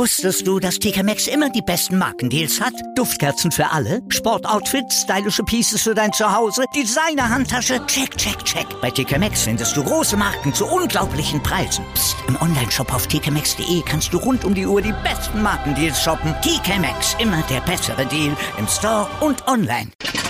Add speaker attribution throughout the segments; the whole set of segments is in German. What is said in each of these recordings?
Speaker 1: Wusstest du, dass TK Maxx immer die besten Markendeals hat? Duftkerzen für alle, Sportoutfits, stylische Pieces für dein Zuhause, Designer-Handtasche, check, check, check. Bei TK Maxx findest du große Marken zu unglaublichen Preisen. Psst. Im Onlineshop auf tkmaxx.de kannst du rund um die Uhr die besten Markendeals shoppen. TK Maxx, immer der bessere Deal im Store und online.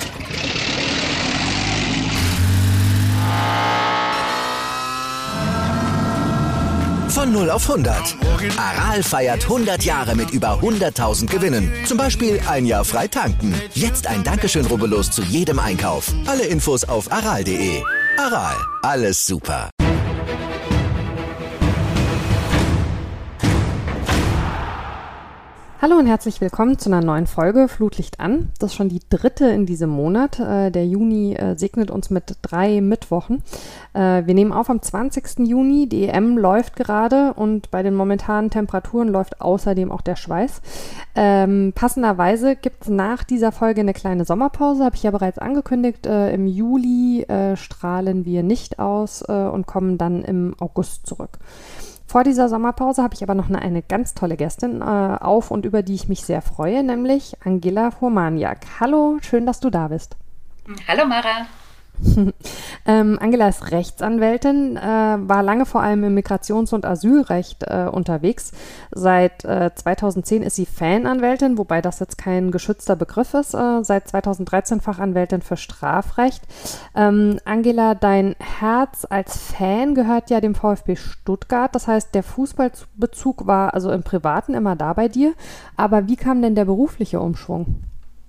Speaker 2: Von 0 auf 100. Aral feiert 100 Jahre mit über 100.000 Gewinnen. Zum Beispiel ein Jahr frei tanken. Jetzt ein Dankeschön, rubbellos zu jedem Einkauf. Alle Infos auf aral.de. Aral, alles super.
Speaker 3: Hallo und herzlich willkommen zu einer neuen Folge Flutlicht an. Das ist schon die dritte in diesem Monat. Der Juni segnet uns mit 3 Mittwochen. Wir nehmen auf am 20. Juni. Die EM läuft gerade und bei den momentanen Temperaturen läuft außerdem auch der Schweiß. Passenderweise gibt es nach dieser Folge eine kleine Sommerpause, habe ich ja bereits angekündigt. Im Juli strahlen wir nicht aus und kommen dann im August zurück. Vor dieser Sommerpause habe ich aber noch eine ganz tolle Gästin auf und über die ich mich sehr freue, nämlich Angela Furmaniak. Hallo, schön, dass du da bist.
Speaker 4: Hallo Mara.
Speaker 3: Angela ist Rechtsanwältin, war lange vor allem im Migrations- und Asylrecht unterwegs. Seit 2010 ist sie Fananwältin, wobei das jetzt kein geschützter Begriff ist. Seit 2013 Fachanwältin für Strafrecht. Angela, dein Herz als Fan gehört ja dem VfB Stuttgart. Das heißt, der Fußballbezug war also im Privaten immer da bei dir. Aber wie kam denn der berufliche Umschwung?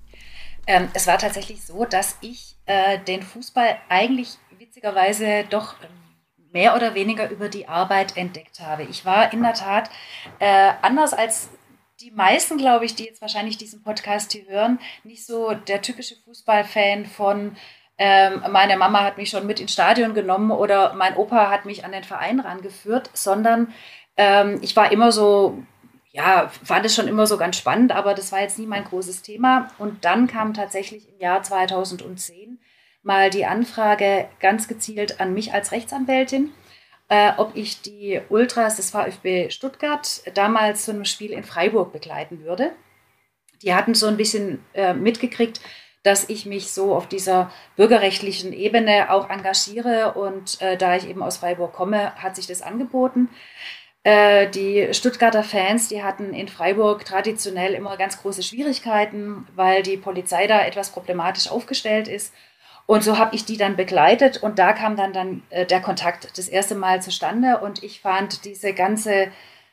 Speaker 4: Es war tatsächlich so, dass ich den Fußball eigentlich witzigerweise doch mehr oder weniger über die Arbeit entdeckt habe. Ich war in der Tat, anders als die meisten, glaube ich, die jetzt wahrscheinlich diesen Podcast hier hören, nicht so der typische Fußballfan von meine Mama hat mich schon mit ins Stadion genommen oder mein Opa hat mich an den Verein rangeführt, sondern ich war immer so, ja, fand es schon immer so ganz spannend, aber das war jetzt nie mein großes Thema. Und dann kam tatsächlich im Jahr 2010 mal die Anfrage ganz gezielt an mich als Rechtsanwältin, ob ich die Ultras des VfB Stuttgart damals zu einem Spiel in Freiburg begleiten würde. Die hatten so ein bisschen mitgekriegt, dass ich mich so auf dieser bürgerrechtlichen Ebene auch engagiere. Und da ich eben aus Freiburg komme, hat sich das angeboten. Die Stuttgarter Fans, die hatten in Freiburg traditionell immer ganz große Schwierigkeiten, weil die Polizei da etwas problematisch aufgestellt ist. Und so habe ich die dann begleitet und da kam dann der Kontakt das erste Mal zustande und ich fand diese ganze,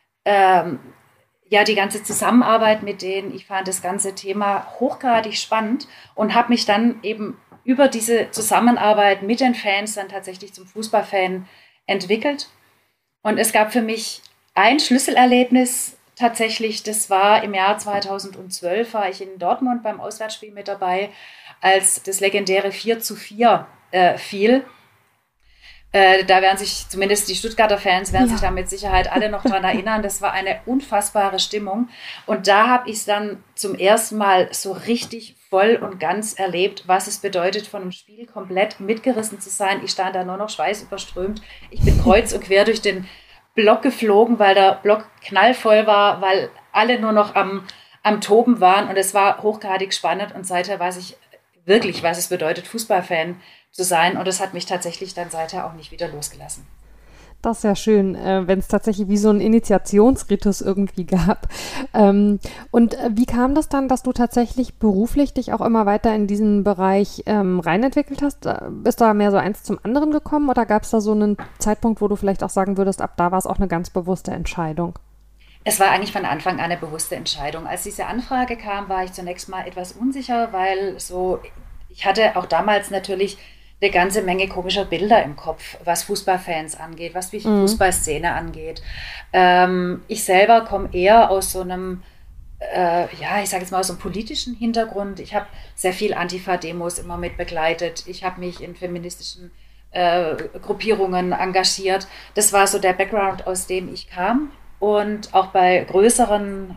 Speaker 4: die ganze Zusammenarbeit mit denen, ich fand das ganze Thema hochgradig spannend und habe mich dann eben über diese Zusammenarbeit mit den Fans dann tatsächlich zum Fußballfan entwickelt. Und es gab für mich ein Schlüsselerlebnis tatsächlich, das war im Jahr 2012, war ich in Dortmund beim Auswärtsspiel mit dabei, als das legendäre 4:4 fiel. Da werden sich, zumindest die Stuttgarter Fans, werden sich da mit Sicherheit alle noch dran erinnern. Das war eine unfassbare Stimmung. Und da habe ich es dann zum ersten Mal so richtig voll und ganz erlebt, was es bedeutet, von einem Spiel komplett mitgerissen zu sein. Ich stand da nur noch schweißüberströmt. Ich bin kreuz und quer durch den Block geflogen, weil der Block knallvoll war, weil alle nur noch am Toben waren. Und es war hochgradig spannend. Und seither weiß ich wirklich, was es bedeutet, Fußballfan zu sein. Und das hat mich tatsächlich dann seither auch nicht wieder losgelassen.
Speaker 3: Das ist ja schön, wenn es tatsächlich wie so einen Initiationsritus irgendwie gab. Und wie kam das dann, dass du tatsächlich beruflich dich auch immer weiter in diesen Bereich reinentwickelt hast? Bist du da mehr so eins zum anderen gekommen oder gab es da so einen Zeitpunkt, wo du vielleicht auch sagen würdest, ab da war es auch eine ganz bewusste Entscheidung?
Speaker 4: Es war eigentlich von Anfang an eine bewusste Entscheidung. Als diese Anfrage kam, war ich zunächst mal etwas unsicher, weil ich hatte auch damals natürlich eine ganze Menge komischer Bilder im Kopf, was Fußballfans angeht, was die Fußballszene angeht. Ich selber komme eher aus so einem, ich sage jetzt mal aus einem politischen Hintergrund. Ich habe sehr viel Antifa-Demos immer mit begleitet. Ich habe mich in feministischen Gruppierungen engagiert. Das war so der Background, aus dem ich kam. Und auch bei größeren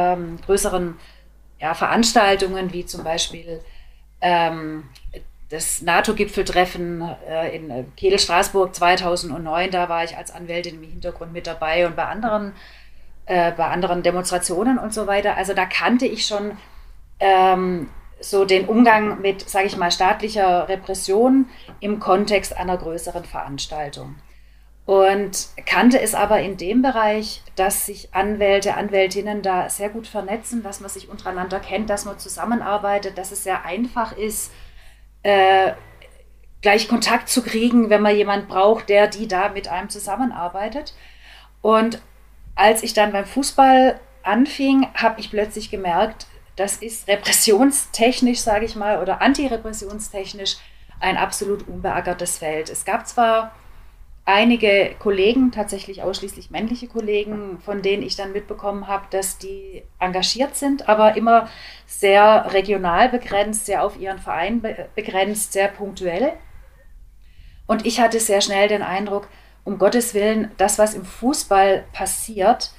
Speaker 4: Veranstaltungen, wie zum Beispiel das NATO-Gipfeltreffen in Kehl-Straßburg 2009, da war ich als Anwältin im Hintergrund mit dabei und bei anderen bei anderen Demonstrationen und so weiter. Also da kannte ich schon so den Umgang mit, sage ich mal, staatlicher Repression im Kontext einer größeren Veranstaltung. Und kannte es aber in dem Bereich, dass sich Anwälte, Anwältinnen da sehr gut vernetzen, dass man sich untereinander kennt, dass man zusammenarbeitet, dass es sehr einfach ist, gleich Kontakt zu kriegen, wenn man jemanden braucht, der die da mit einem zusammenarbeitet. Und als ich dann beim Fußball anfing, habe ich plötzlich gemerkt, das ist repressionstechnisch, sage ich mal, oder antirepressionstechnisch ein absolut unbeackertes Feld. Es gab zwar einige Kollegen, tatsächlich ausschließlich männliche Kollegen, von denen ich dann mitbekommen habe, dass die engagiert sind, aber immer sehr regional begrenzt, sehr auf ihren Verein begrenzt, sehr punktuell. Und ich hatte sehr schnell den Eindruck, um Gottes Willen, das, was im Fußball passiert,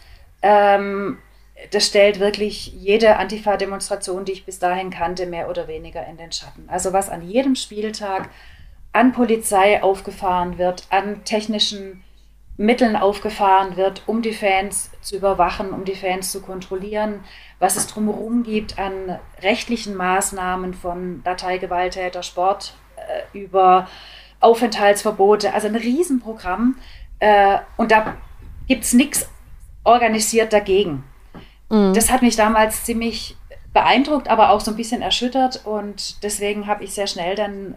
Speaker 4: das stellt wirklich jede Antifa-Demonstration, die ich bis dahin kannte, mehr oder weniger in den Schatten. Also was an jedem Spieltag an Polizei aufgefahren wird, an technischen Mitteln aufgefahren wird, um die Fans zu überwachen, um die Fans zu kontrollieren, was es drumherum gibt an rechtlichen Maßnahmen von Dateigewalttäter, Sport über Aufenthaltsverbote, also ein Riesenprogramm. Und da gibt es nichts organisiert dagegen. Das hat mich damals ziemlich beeindruckt, aber auch so ein bisschen erschüttert. Und deswegen habe ich sehr schnell dann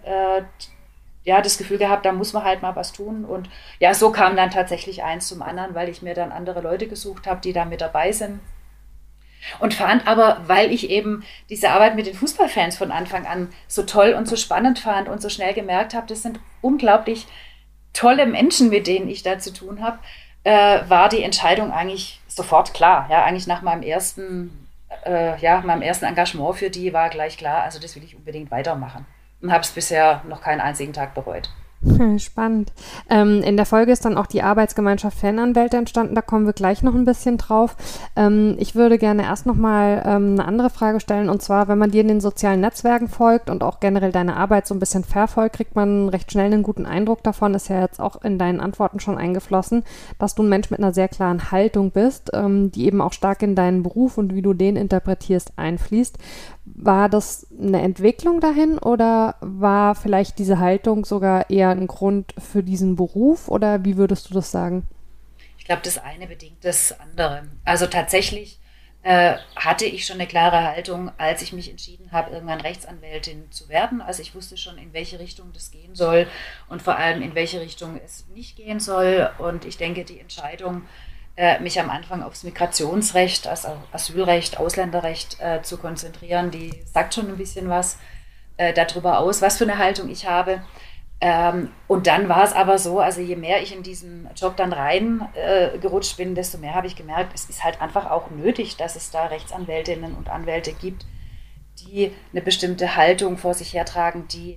Speaker 4: das Gefühl gehabt, da muss man halt mal was tun. Und ja, so kam dann tatsächlich eins zum anderen, weil ich mir dann andere Leute gesucht habe, die da mit dabei sind. Und fand aber, weil ich eben diese Arbeit mit den Fußballfans von Anfang an so toll und so spannend fand und so schnell gemerkt habe, das sind unglaublich tolle Menschen, mit denen ich da zu tun habe, war die Entscheidung eigentlich sofort klar. Ja, eigentlich nach meinem ersten Engagement für die war gleich klar, also das will ich unbedingt weitermachen. Und habe es bisher noch keinen einzigen Tag bereut.
Speaker 3: Spannend. In der Folge ist dann auch die Arbeitsgemeinschaft Fananwälte entstanden, da kommen wir gleich noch ein bisschen drauf. Ich würde gerne erst nochmal eine andere Frage stellen, und zwar, wenn man dir in den sozialen Netzwerken folgt und auch generell deine Arbeit so ein bisschen verfolgt, kriegt man recht schnell einen guten Eindruck davon, ist ja jetzt auch in deinen Antworten schon eingeflossen, dass du ein Mensch mit einer sehr klaren Haltung bist, die eben auch stark in deinen Beruf und wie du den interpretierst einfließt. War das eine Entwicklung dahin oder war vielleicht diese Haltung sogar eher ein Grund für diesen Beruf oder wie würdest du das sagen?
Speaker 4: Ich glaube, das eine bedingt das andere. Also tatsächlich hatte ich schon eine klare Haltung, als ich mich entschieden habe, irgendwann Rechtsanwältin zu werden. Also ich wusste schon, in welche Richtung das gehen soll und vor allem, in welche Richtung es nicht gehen soll. Und ich denke, die Entscheidung, mich am Anfang aufs Migrationsrecht, also Asylrecht, Ausländerrecht zu konzentrieren, die sagt schon ein bisschen was darüber aus, was für eine Haltung ich habe. Und dann war es aber so, also je mehr ich in diesen Job dann reingerutscht bin, desto mehr habe ich gemerkt, es ist halt einfach auch nötig, dass es da Rechtsanwältinnen und Anwälte gibt, die eine bestimmte Haltung vor sich hertragen, die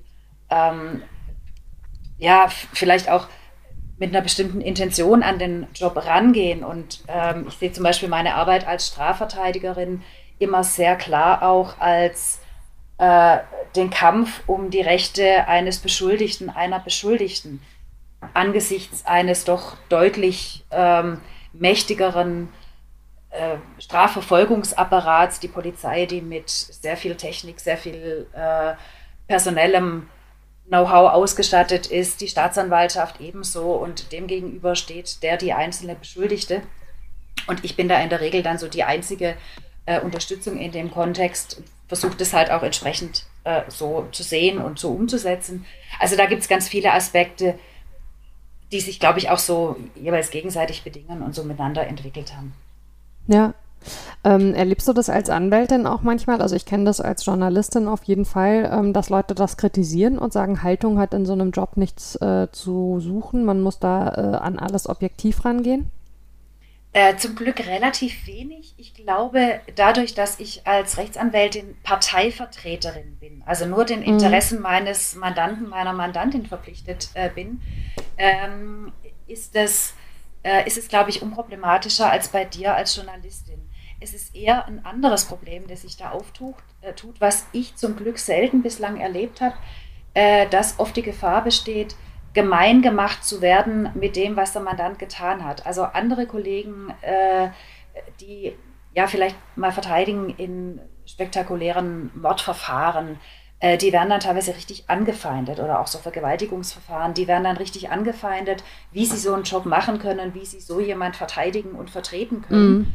Speaker 4: vielleicht auch mit einer bestimmten Intention an den Job rangehen. Und ich sehe zum Beispiel meine Arbeit als Strafverteidigerin immer sehr klar auch als den Kampf um die Rechte eines Beschuldigten, einer Beschuldigten, angesichts eines doch deutlich mächtigeren Strafverfolgungsapparats, die Polizei, die mit sehr viel Technik, sehr viel personellem Know-how ausgestattet ist, die Staatsanwaltschaft ebenso, und dem gegenüber steht die einzelne Beschuldigte. Und ich bin da in der Regel dann so die einzige Unterstützung in dem Kontext, versuche das halt auch entsprechend so zu sehen und so umzusetzen. Also da gibt es ganz viele Aspekte, die sich, glaube ich, auch so jeweils gegenseitig bedingen und so miteinander entwickelt haben.
Speaker 3: Ja. Erlebst du das als Anwältin auch manchmal? Also ich kenne das als Journalistin auf jeden Fall, dass Leute das kritisieren und sagen, Haltung hat in so einem Job nichts zu suchen. Man muss da an alles objektiv rangehen.
Speaker 4: Zum Glück relativ wenig. Ich glaube, dadurch, dass ich als Rechtsanwältin Parteivertreterin bin, also nur den Interessen meines Mandanten, meiner Mandantin verpflichtet bin, ist es, glaube ich, unproblematischer als bei dir als Journalistin. Es ist eher ein anderes Problem, das sich da auftut, was ich zum Glück selten bislang erlebt habe, dass oft die Gefahr besteht, gemein gemacht zu werden mit dem, was der Mandant getan hat. Also andere Kollegen die ja vielleicht mal verteidigen in spektakulären Mordverfahren, die werden dann teilweise richtig angefeindet oder auch so Vergewaltigungsverfahren, die werden dann richtig angefeindet, wie sie so einen Job machen können, wie sie so jemand verteidigen und vertreten können.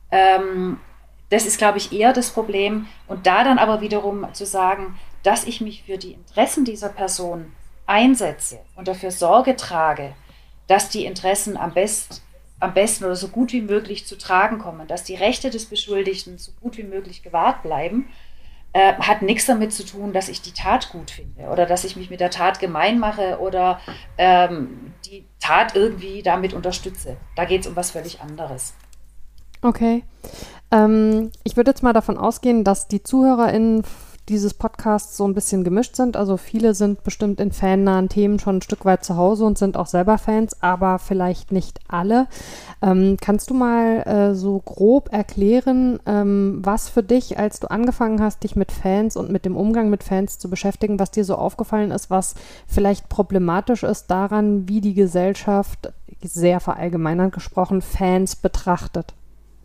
Speaker 4: Das ist, glaube ich, eher das Problem. Und da dann aber wiederum zu sagen, dass ich mich für die Interessen dieser Person einsetze und dafür Sorge trage, dass die Interessen am besten oder so gut wie möglich zu tragen kommen, dass die Rechte des Beschuldigten so gut wie möglich gewahrt bleiben, hat nichts damit zu tun, dass ich die Tat gut finde oder dass ich mich mit der Tat gemein mache oder die Tat irgendwie damit unterstütze. Da geht es um was völlig anderes.
Speaker 3: Okay. Ich würde jetzt mal davon ausgehen, dass die ZuhörerInnen dieses Podcasts so ein bisschen gemischt sind. Also viele sind bestimmt in fannahen Themen schon ein Stück weit zu Hause und sind auch selber Fans, aber vielleicht nicht alle. Kannst du mal so grob erklären, was für dich, als du angefangen hast, dich mit Fans und mit dem Umgang mit Fans zu beschäftigen, was dir so aufgefallen ist, was vielleicht problematisch ist daran, wie die Gesellschaft, sehr verallgemeinernd gesprochen, Fans betrachtet?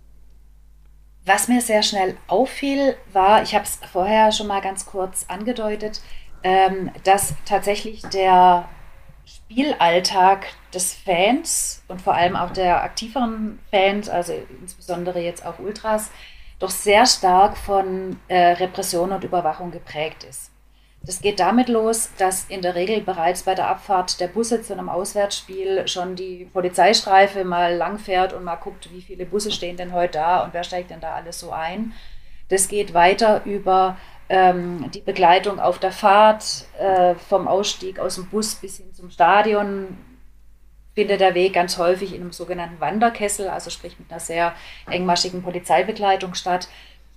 Speaker 4: Was mir sehr schnell auffiel, war, ich habe es vorher schon mal ganz kurz angedeutet, dass tatsächlich der Spielalltag des Fans und vor allem auch der aktiveren Fans, also insbesondere jetzt auch Ultras, doch sehr stark von Repression und Überwachung geprägt ist. Das geht damit los, dass in der Regel bereits bei der Abfahrt der Busse zu einem Auswärtsspiel schon die Polizeistreife mal langfährt und mal guckt, wie viele Busse stehen denn heute da und wer steigt denn da alles so ein. Das geht weiter über die Begleitung auf der Fahrt, vom Ausstieg aus dem Bus bis hin zum Stadion, findet der Weg ganz häufig in einem sogenannten Wanderkessel, also sprich mit einer sehr engmaschigen Polizeibegleitung statt.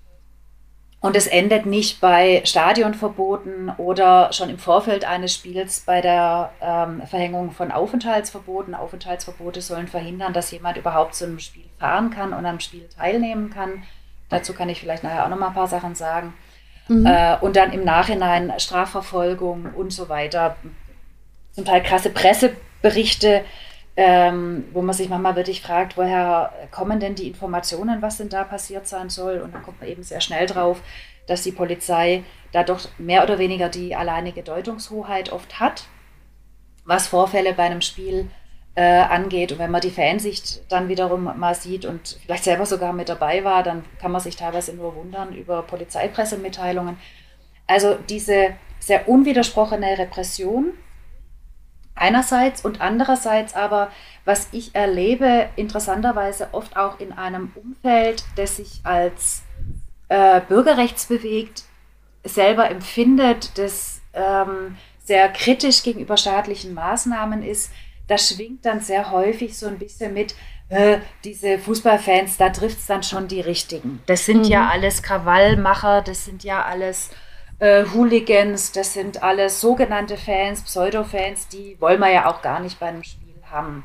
Speaker 4: Und es endet nicht bei Stadionverboten oder schon im Vorfeld eines Spiels bei der Verhängung von Aufenthaltsverboten. Aufenthaltsverbote sollen verhindern, dass jemand überhaupt zu einem Spiel fahren kann und am Spiel teilnehmen kann. Dazu kann ich vielleicht nachher auch noch mal ein paar Sachen sagen. Und dann im Nachhinein Strafverfolgung und so weiter. Zum Teil krasse Presseberichte, wo man sich manchmal wirklich fragt, woher kommen denn die Informationen, was denn da passiert sein soll? Und dann kommt man eben sehr schnell drauf, dass die Polizei da doch mehr oder weniger die alleinige Deutungshoheit oft hat, was Vorfälle bei einem Spiel angeht. Und wenn man die Fansicht dann wiederum mal sieht und vielleicht selber sogar mit dabei war, dann kann man sich teilweise nur wundern über Polizeipressemitteilungen. Also diese sehr unwidersprochene Repression einerseits und andererseits aber, was ich erlebe, interessanterweise oft auch in einem Umfeld, das sich als bürgerrechtsbewegt selber empfindet, das sehr kritisch gegenüber staatlichen Maßnahmen ist, das schwingt dann sehr häufig so ein bisschen mit, diese Fußballfans, da trifft es dann schon die Richtigen. Das sind ja alles Krawallmacher, das sind ja alles Hooligans, das sind alles sogenannte Fans, Pseudo-Fans, die wollen wir ja auch gar nicht bei einem Spiel haben.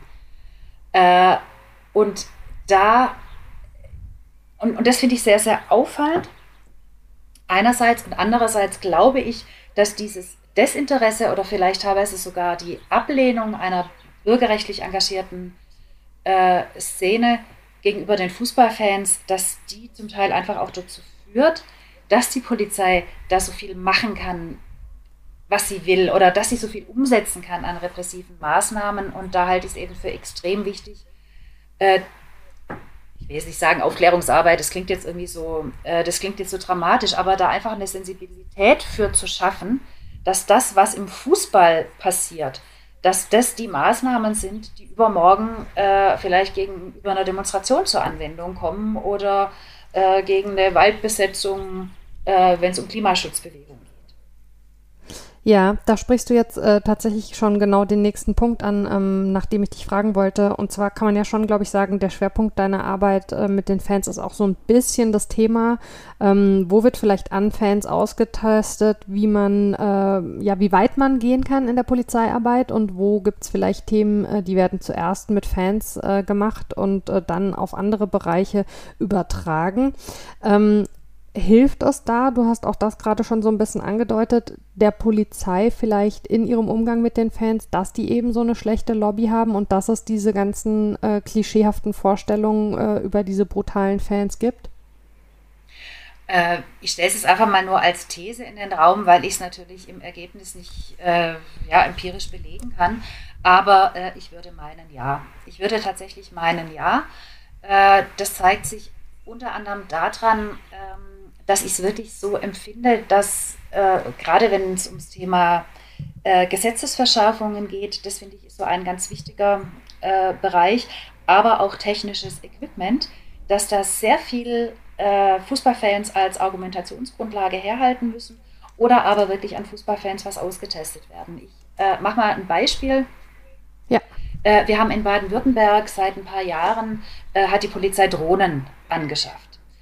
Speaker 4: Und das finde ich sehr, sehr auffallend. Einerseits und andererseits glaube ich, dass dieses Desinteresse oder vielleicht teilweise sogar die Ablehnung einer bürgerrechtlich engagierten Szene gegenüber den Fußballfans, dass die zum Teil einfach auch dazu führt, dass die Polizei da so viel machen kann, was sie will, oder dass sie so viel umsetzen kann an repressiven Maßnahmen. Und da halte ich es eben für extrem wichtig, ich will jetzt nicht sagen Aufklärungsarbeit, das klingt jetzt irgendwie so, das klingt jetzt so dramatisch, aber da einfach eine Sensibilität für zu schaffen, dass das, was im Fußball passiert, dass das die Maßnahmen sind, die übermorgen vielleicht gegenüber einer Demonstration zur Anwendung kommen oder gegen eine Waldbesetzung, wenn es um Klimaschutzbewegungen geht.
Speaker 3: Ja, da sprichst du jetzt tatsächlich schon genau den nächsten Punkt an, nach dem ich dich fragen wollte. Und zwar kann man ja schon, glaube ich, sagen, der Schwerpunkt deiner Arbeit mit den Fans ist auch so ein bisschen das Thema. Wo wird vielleicht an Fans ausgetestet, wie weit man gehen kann in der Polizeiarbeit, und wo gibt es vielleicht Themen, die werden zuerst mit Fans gemacht und dann auf andere Bereiche übertragen. Hilft es da, du hast auch das gerade schon so ein bisschen angedeutet, der Polizei vielleicht in ihrem Umgang mit den Fans, dass die eben so eine schlechte Lobby haben und dass es diese ganzen klischeehaften Vorstellungen über diese brutalen Fans gibt?
Speaker 4: Ich stelle es jetzt einfach mal nur als These in den Raum, weil ich es natürlich im Ergebnis nicht empirisch belegen kann. Aber ich würde meinen, ja. Ich würde tatsächlich meinen, ja. Das zeigt sich unter anderem daran, dass ich es wirklich so empfinde, dass gerade wenn es ums Thema Gesetzesverschärfungen geht, das finde ich ist so ein ganz wichtiger Bereich, aber auch technisches Equipment, dass da sehr viel Fußballfans als Argumentationsgrundlage herhalten müssen oder aber wirklich an Fußballfans was ausgetestet werden. Ich mache mal ein Beispiel.
Speaker 3: Ja.
Speaker 4: Wir haben in Baden-Württemberg seit ein paar Jahren, hat die Polizei Drohnen angeschafft.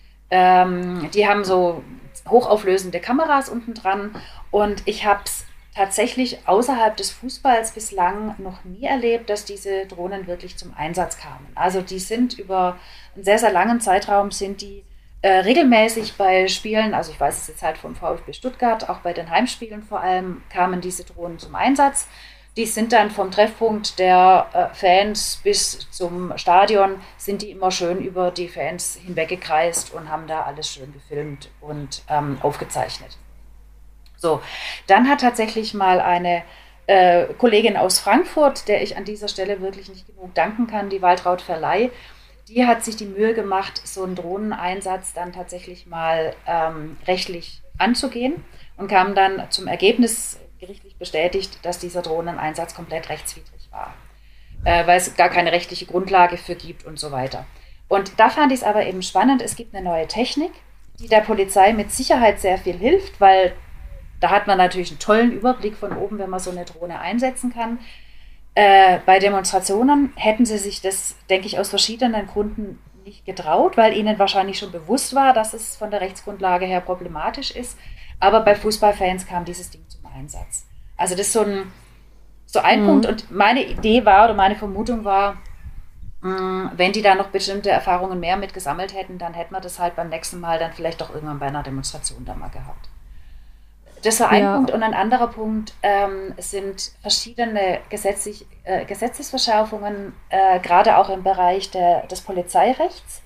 Speaker 4: Die haben so hochauflösende Kameras unten dran und ich habe es tatsächlich außerhalb des Fußballs bislang noch nie erlebt, dass diese Drohnen wirklich zum Einsatz kamen. Also die sind über einen sehr, sehr langen Zeitraum sind die regelmäßig bei Spielen, also ich weiß es jetzt halt vom VfB Stuttgart, auch bei den Heimspielen vor allem, kamen diese Drohnen zum Einsatz. Die sind dann vom Treffpunkt der Fans bis zum Stadion, sind die immer schön über die Fans hinweggekreist und haben da alles schön gefilmt und aufgezeichnet. So, dann hat tatsächlich mal eine Kollegin aus Frankfurt, der ich an dieser Stelle wirklich nicht genug danken kann, die Waltraud Verleih, die hat sich die Mühe gemacht, so einen Drohneneinsatz dann tatsächlich mal rechtlich anzugehen und kam dann zum Ergebnis, gerichtlich bestätigt, dass dieser Drohneneinsatz komplett rechtswidrig war, weil es gar keine rechtliche Grundlage für gibt und so weiter. Und da fand ich es aber eben spannend, es gibt eine neue Technik, die der Polizei mit Sicherheit sehr viel hilft, weil da hat man natürlich einen tollen Überblick von oben, wenn man so eine Drohne einsetzen kann. Bei Demonstrationen hätten sie sich das, denke ich, aus verschiedenen Gründen nicht getraut, weil ihnen wahrscheinlich schon bewusst war, dass es von der Rechtsgrundlage her problematisch ist. Aber bei Fußballfans kam dieses Ding zum Einsatz. Also das ist so ein Punkt. Und meine Idee war oder meine Vermutung war, wenn die da noch bestimmte Erfahrungen mehr mitgesammelt hätten, dann hätten wir das halt beim nächsten Mal dann vielleicht doch irgendwann bei einer Demonstration da mal gehabt. Das war ein Punkt. Und ein anderer Punkt sind verschiedene Gesetzesverschärfungen, gerade auch im Bereich des Polizeirechts.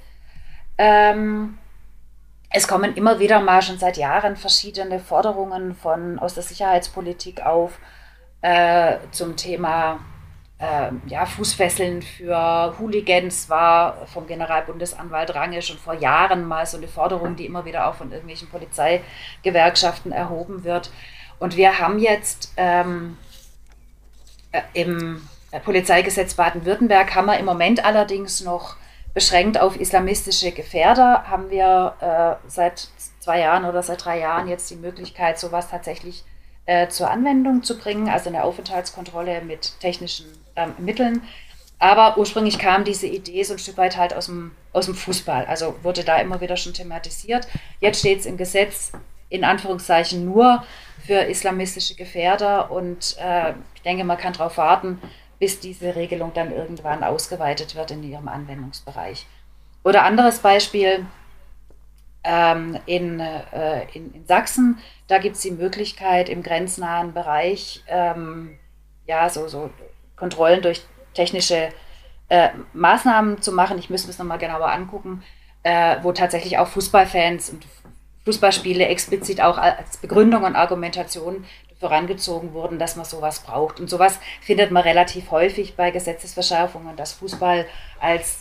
Speaker 4: Es kommen immer wieder mal schon seit Jahren verschiedene Forderungen aus der Sicherheitspolitik auf zum Thema Fußfesseln für Hooligans war vom Generalbundesanwalt Range schon vor Jahren mal so eine Forderung, die immer wieder auch von irgendwelchen Polizeigewerkschaften erhoben wird. Und wir haben jetzt im Polizeigesetz Baden-Württemberg haben wir im Moment allerdings noch beschränkt auf islamistische Gefährder, haben wir seit 2 Jahren oder seit 3 Jahren jetzt die Möglichkeit, sowas tatsächlich zur Anwendung zu bringen, also eine Aufenthaltskontrolle mit technischen Mitteln. Aber ursprünglich kam diese Idee so ein Stück weit halt aus dem Fußball, also wurde da immer wieder schon thematisiert. Jetzt steht es im Gesetz in Anführungszeichen nur für islamistische Gefährder und ich denke, man kann darauf warten, bis diese Regelung dann irgendwann ausgeweitet wird in ihrem Anwendungsbereich. Oder anderes Beispiel, in Sachsen, da gibt es die Möglichkeit im grenznahen Bereich, so Kontrollen durch technische Maßnahmen zu machen. Ich müsste es nochmal genauer angucken, wo tatsächlich auch Fußballfans und Fußballspiele explizit auch als Begründung und Argumentation vorangezogen wurden, dass man sowas braucht. Und sowas findet man relativ häufig bei Gesetzesverschärfungen, dass Fußball als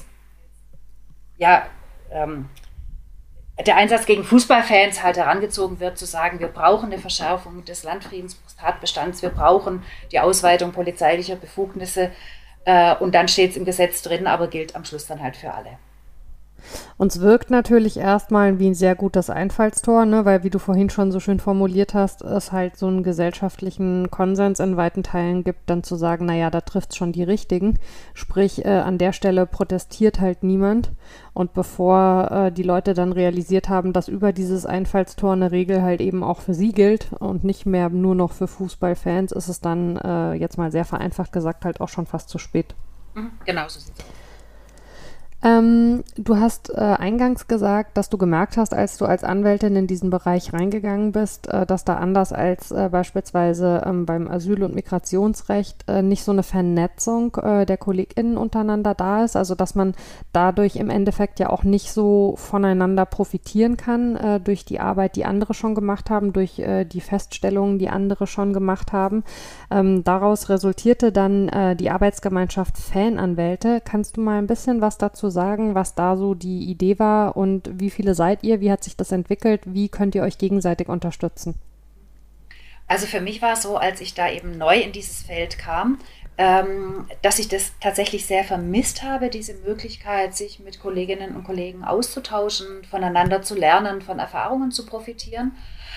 Speaker 4: der Einsatz gegen Fußballfans halt herangezogen wird, zu sagen, wir brauchen eine Verschärfung des Landfriedenstatbestands, wir brauchen die Ausweitung polizeilicher Befugnisse und dann steht es im Gesetz drin, aber gilt am Schluss dann halt für alle.
Speaker 3: Uns wirkt natürlich erstmal wie ein sehr gutes Einfallstor, ne? Weil, wie du vorhin schon so schön formuliert hast, es halt so einen gesellschaftlichen Konsens in weiten Teilen gibt, dann zu sagen, naja, da trifft es schon die Richtigen. Sprich, an der Stelle protestiert halt niemand. Und bevor die Leute dann realisiert haben, dass über dieses Einfallstor eine Regel halt eben auch für sie gilt und nicht mehr nur noch für Fußballfans, ist es dann jetzt mal sehr vereinfacht gesagt halt auch schon fast zu spät.
Speaker 4: Genau so sieht es aus.
Speaker 3: Du hast eingangs gesagt, dass du gemerkt hast, als du als Anwältin in diesen Bereich reingegangen bist, dass da anders als beispielsweise beim Asyl- und Migrationsrecht nicht so eine Vernetzung der KollegInnen untereinander da ist, also dass man dadurch im Endeffekt ja auch nicht so voneinander profitieren kann durch die Arbeit, die andere schon gemacht haben, durch die Feststellungen, die andere schon gemacht haben. Daraus resultierte dann die Arbeitsgemeinschaft Fananwälte. Kannst du mal ein bisschen was dazu sagen, was da so die Idee war und wie viele seid ihr? Wie hat sich das entwickelt? Wie könnt ihr euch gegenseitig unterstützen?
Speaker 4: Also für mich war es so, als ich da eben neu in dieses Feld kam, dass ich das tatsächlich sehr vermisst habe, diese Möglichkeit, sich mit Kolleginnen und Kollegen auszutauschen, voneinander zu lernen, von Erfahrungen zu profitieren.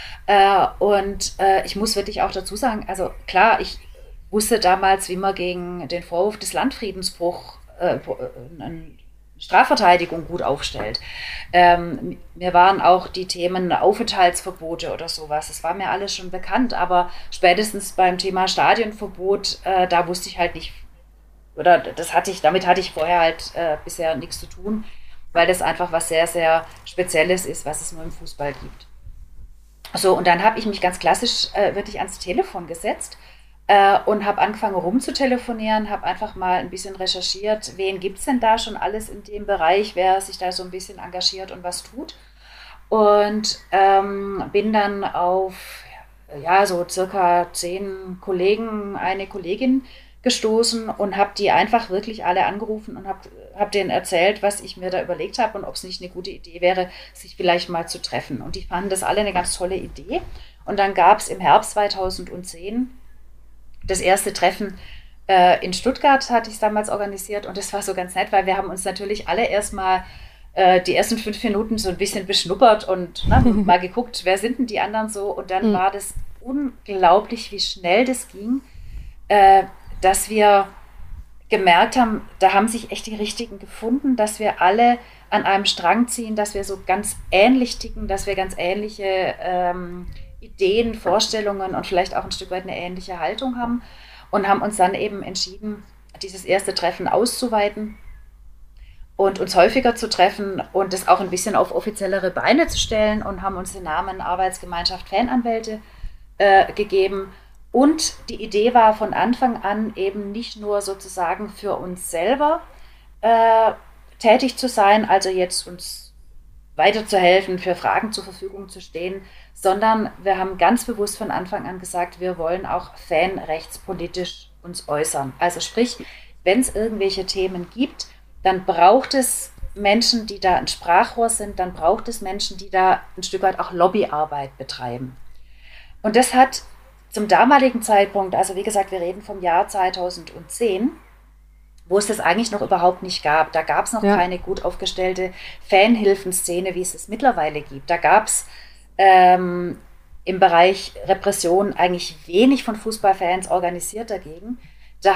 Speaker 4: Ich muss wirklich auch dazu sagen, also klar, ich wusste damals, wie man gegen den Vorwurf des Landfriedensbruchs eine Strafverteidigung gut aufstellt. Mir waren auch die Themen Aufenthaltsverbote oder sowas, das war mir alles schon bekannt, aber spätestens beim Thema Stadionverbot, da wusste ich halt nicht, oder damit hatte ich vorher halt bisher nichts zu tun, weil das einfach was sehr, sehr Spezielles ist, was es nur im Fußball gibt. So, und dann habe ich mich ganz klassisch wirklich ans Telefon gesetzt und habe angefangen rumzutelefonieren, habe einfach mal ein bisschen recherchiert, wen gibt es denn da schon alles in dem Bereich, wer sich da so ein bisschen engagiert und was tut. Und bin dann auf so circa 10 Kollegen, eine Kollegin gestoßen und habe die einfach wirklich alle angerufen und hab denen erzählt, was ich mir da überlegt habe und ob es nicht eine gute Idee wäre, sich vielleicht mal zu treffen. Und die fanden das alle eine ganz tolle Idee. Und dann gab es im Herbst 2010 das erste Treffen in Stuttgart, hatte ich es damals organisiert. Und das war so ganz nett, weil wir haben uns natürlich alle erstmal die ersten 5 Minuten so ein bisschen beschnuppert und mal geguckt, wer sind denn die anderen so. Und dann war das unglaublich, wie schnell das ging, dass wir gemerkt haben, da haben sich echt die Richtigen gefunden, dass wir alle an einem Strang ziehen, dass wir so ganz ähnlich ticken, dass wir ganz ähnliche Ideen, Vorstellungen und vielleicht auch ein Stück weit eine ähnliche Haltung haben und haben uns dann eben entschieden, dieses erste Treffen auszuweiten und uns häufiger zu treffen und das auch ein bisschen auf offiziellere Beine zu stellen und haben uns den Namen Arbeitsgemeinschaft Fananwälte gegeben. Und die Idee war von Anfang an eben nicht nur sozusagen für uns selber tätig zu sein, also jetzt uns weiterzuhelfen, für Fragen zur Verfügung zu stehen, sondern wir haben ganz bewusst von Anfang an gesagt, wir wollen auch fanrechtspolitisch uns äußern. Also sprich, wenn es irgendwelche Themen gibt, dann braucht es Menschen, die da ein Sprachrohr sind, dann braucht es Menschen, die da ein Stück weit auch Lobbyarbeit betreiben. Und das hat zum damaligen Zeitpunkt, also wie gesagt, wir reden vom Jahr 2010, wo es das eigentlich noch überhaupt nicht gab. Da gab es noch keine gut aufgestellte Fanhilfenszene, wie es es mittlerweile gibt. Da gab es im Bereich Repression eigentlich wenig von Fußballfans organisiert dagegen. Da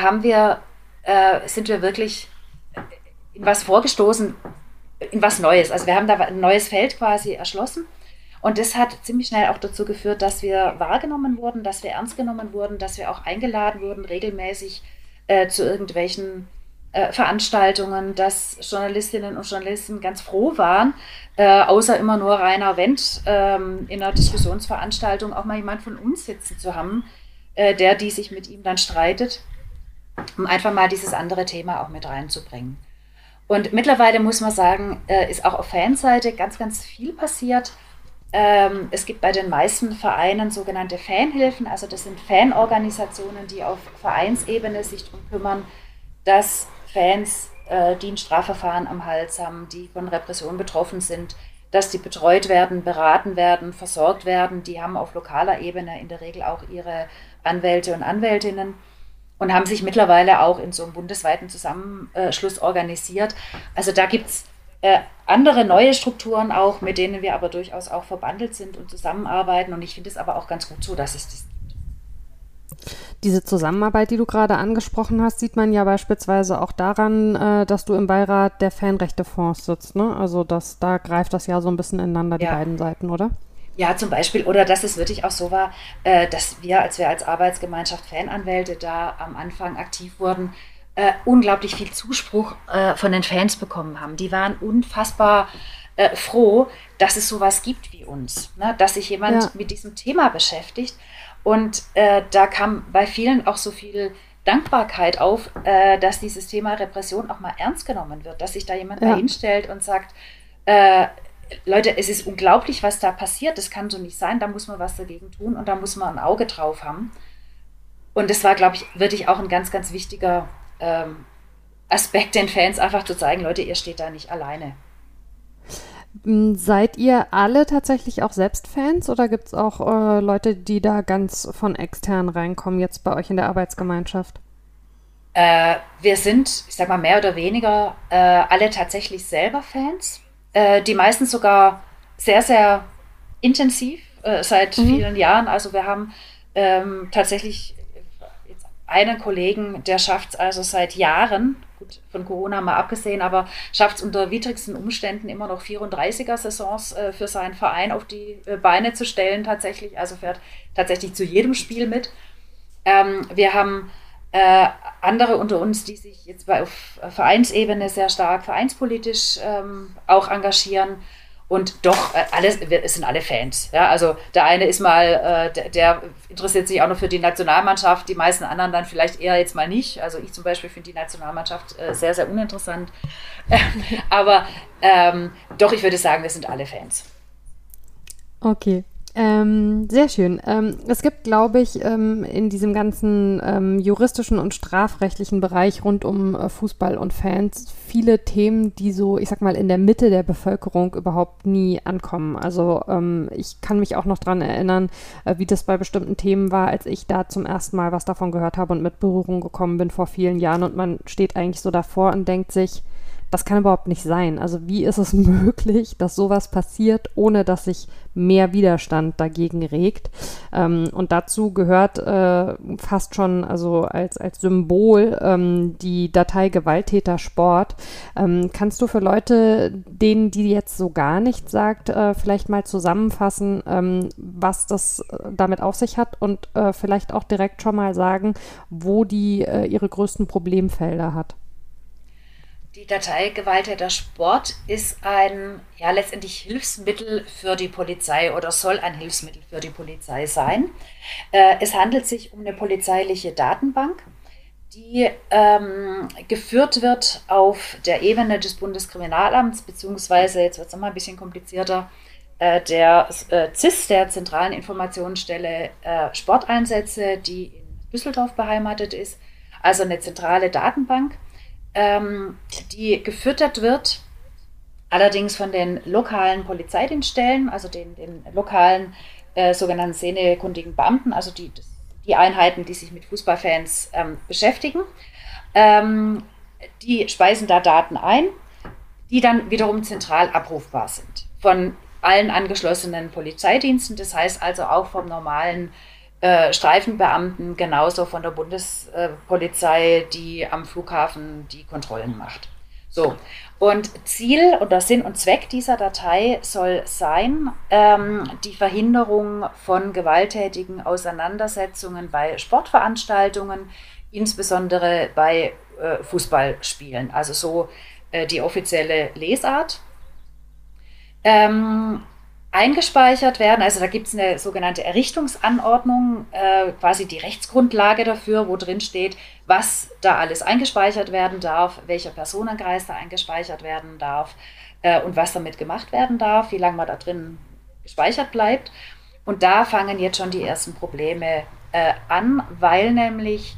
Speaker 4: sind wir wirklich in was vorgestoßen, in was Neues. Also wir haben da ein neues Feld quasi erschlossen. Und das hat ziemlich schnell auch dazu geführt, dass wir wahrgenommen wurden, dass wir ernst genommen wurden, dass wir auch eingeladen wurden, regelmäßig zu irgendwelchen Veranstaltungen, dass Journalistinnen und Journalisten ganz froh waren, außer immer nur Rainer Wendt in einer Diskussionsveranstaltung auch mal jemand von uns sitzen zu haben, die sich mit ihm dann streitet, um einfach mal dieses andere Thema auch mit reinzubringen. Und mittlerweile muss man sagen, ist auch auf Fanseite ganz, ganz viel passiert. Es gibt bei den meisten Vereinen sogenannte Fanhilfen, also das sind Fanorganisationen, die auf Vereinsebene sich darum kümmern, dass Fans, die ein Strafverfahren am Hals haben, die von Repression betroffen sind, dass die betreut werden, beraten werden, versorgt werden. Die haben auf lokaler Ebene in der Regel auch ihre Anwälte und Anwältinnen und haben sich mittlerweile auch in so einem bundesweiten Zusammenschluss organisiert. Also da gibt es andere neue Strukturen auch, mit denen wir aber durchaus auch verbandelt sind und zusammenarbeiten. Und ich finde es aber auch ganz gut so, dass es das gibt.
Speaker 3: Diese Zusammenarbeit, die du gerade angesprochen hast, sieht man ja beispielsweise auch daran, dass du im Beirat der Fanrechtefonds sitzt, ne? Also da greift das ja so ein bisschen ineinander, die beiden Seiten, oder?
Speaker 4: Ja, zum Beispiel. Oder dass es wirklich auch so war, dass wir als Arbeitsgemeinschaft Fananwälte da am Anfang aktiv wurden, unglaublich viel Zuspruch von den Fans bekommen haben. Die waren unfassbar froh, dass es sowas gibt wie uns, ne? Dass sich jemand mit diesem Thema beschäftigt. Und da kam bei vielen auch so viel Dankbarkeit auf, dass dieses Thema Repression auch mal ernst genommen wird, dass sich da jemand mal hinstellt und sagt, Leute, es ist unglaublich, was da passiert, das kann so nicht sein, da muss man was dagegen tun und da muss man ein Auge drauf haben. Und das war, glaube ich, wirklich auch ein ganz, ganz wichtiger Aspekt den Fans, einfach zu zeigen, Leute, ihr steht da nicht alleine.
Speaker 3: Seid ihr alle tatsächlich auch selbst Fans oder gibt es auch Leute, die da ganz von extern reinkommen, jetzt bei euch in der Arbeitsgemeinschaft?
Speaker 4: Wir sind, ich sag mal, mehr oder weniger alle tatsächlich selber Fans. Die meisten sogar sehr, sehr intensiv seit vielen Jahren. Also wir haben tatsächlich jetzt einen Kollegen, der schafft es also seit Jahren, gut, von Corona mal abgesehen, aber schafft es unter widrigsten Umständen immer noch 34er-Saisons für seinen Verein auf die Beine zu stellen tatsächlich. Also fährt tatsächlich zu jedem Spiel mit. Wir haben andere unter uns, die sich jetzt auf Vereinsebene sehr stark vereinspolitisch auch engagieren. Und doch, es sind alle Fans. Ja? Also der eine ist mal, der interessiert sich auch noch für die Nationalmannschaft, die meisten anderen dann vielleicht eher jetzt mal nicht. Also ich zum Beispiel finde die Nationalmannschaft sehr, sehr uninteressant. Aber doch, ich würde sagen, wir sind alle Fans.
Speaker 3: Okay. Sehr schön. Es gibt, glaube ich, in diesem ganzen juristischen und strafrechtlichen Bereich rund um Fußball und Fans viele Themen, die so, ich sag mal, in der Mitte der Bevölkerung überhaupt nie ankommen. Also ich kann mich auch noch dran erinnern, wie das bei bestimmten Themen war, als ich da zum ersten Mal was davon gehört habe und mit Berührung gekommen bin vor vielen Jahren und man steht eigentlich so davor und denkt sich, das kann überhaupt nicht sein. Also wie ist es möglich, dass sowas passiert, ohne dass sich mehr Widerstand dagegen regt? Und dazu gehört fast schon, also als Symbol, die Datei Gewalttäter Sport. Kannst du für Leute, denen die jetzt so gar nichts sagt, vielleicht mal zusammenfassen, was das damit auf sich hat und vielleicht auch direkt schon mal sagen, wo die ihre größten Problemfelder hat?
Speaker 4: Die Datei Gewalttäter Sport ist ein, ja, letztendlich Hilfsmittel für die Polizei oder soll ein Hilfsmittel für die Polizei sein. Es handelt sich um eine polizeiliche Datenbank, die geführt wird auf der Ebene des Bundeskriminalamts, beziehungsweise, jetzt wird es nochmal ein bisschen komplizierter, der CIS, der Zentralen Informationsstelle Sporteinsätze, die in Düsseldorf beheimatet ist, also eine zentrale Datenbank, die gefüttert wird, allerdings von den lokalen Polizeidienststellen, also den lokalen sogenannten szenekundigen Beamten, also die Einheiten, die sich mit Fußballfans beschäftigen. Die speisen da Daten ein, die dann wiederum zentral abrufbar sind von allen angeschlossenen Polizeidiensten, das heißt also auch vom normalen Streifenbeamten, genauso von der Bundespolizei, die am Flughafen die Kontrollen macht. So, und Ziel oder Sinn und Zweck dieser Datei soll sein, die Verhinderung von gewalttätigen Auseinandersetzungen bei Sportveranstaltungen, insbesondere bei Fußballspielen, also so die offizielle Lesart. Eingespeichert werden, also da gibt es eine sogenannte Errichtungsanordnung, quasi die Rechtsgrundlage dafür, wo drin steht, was da alles eingespeichert werden darf, welcher Personenkreis da eingespeichert werden darf und was damit gemacht werden darf, wie lange man da drin gespeichert bleibt. Und da fangen jetzt schon die ersten Probleme an, weil nämlich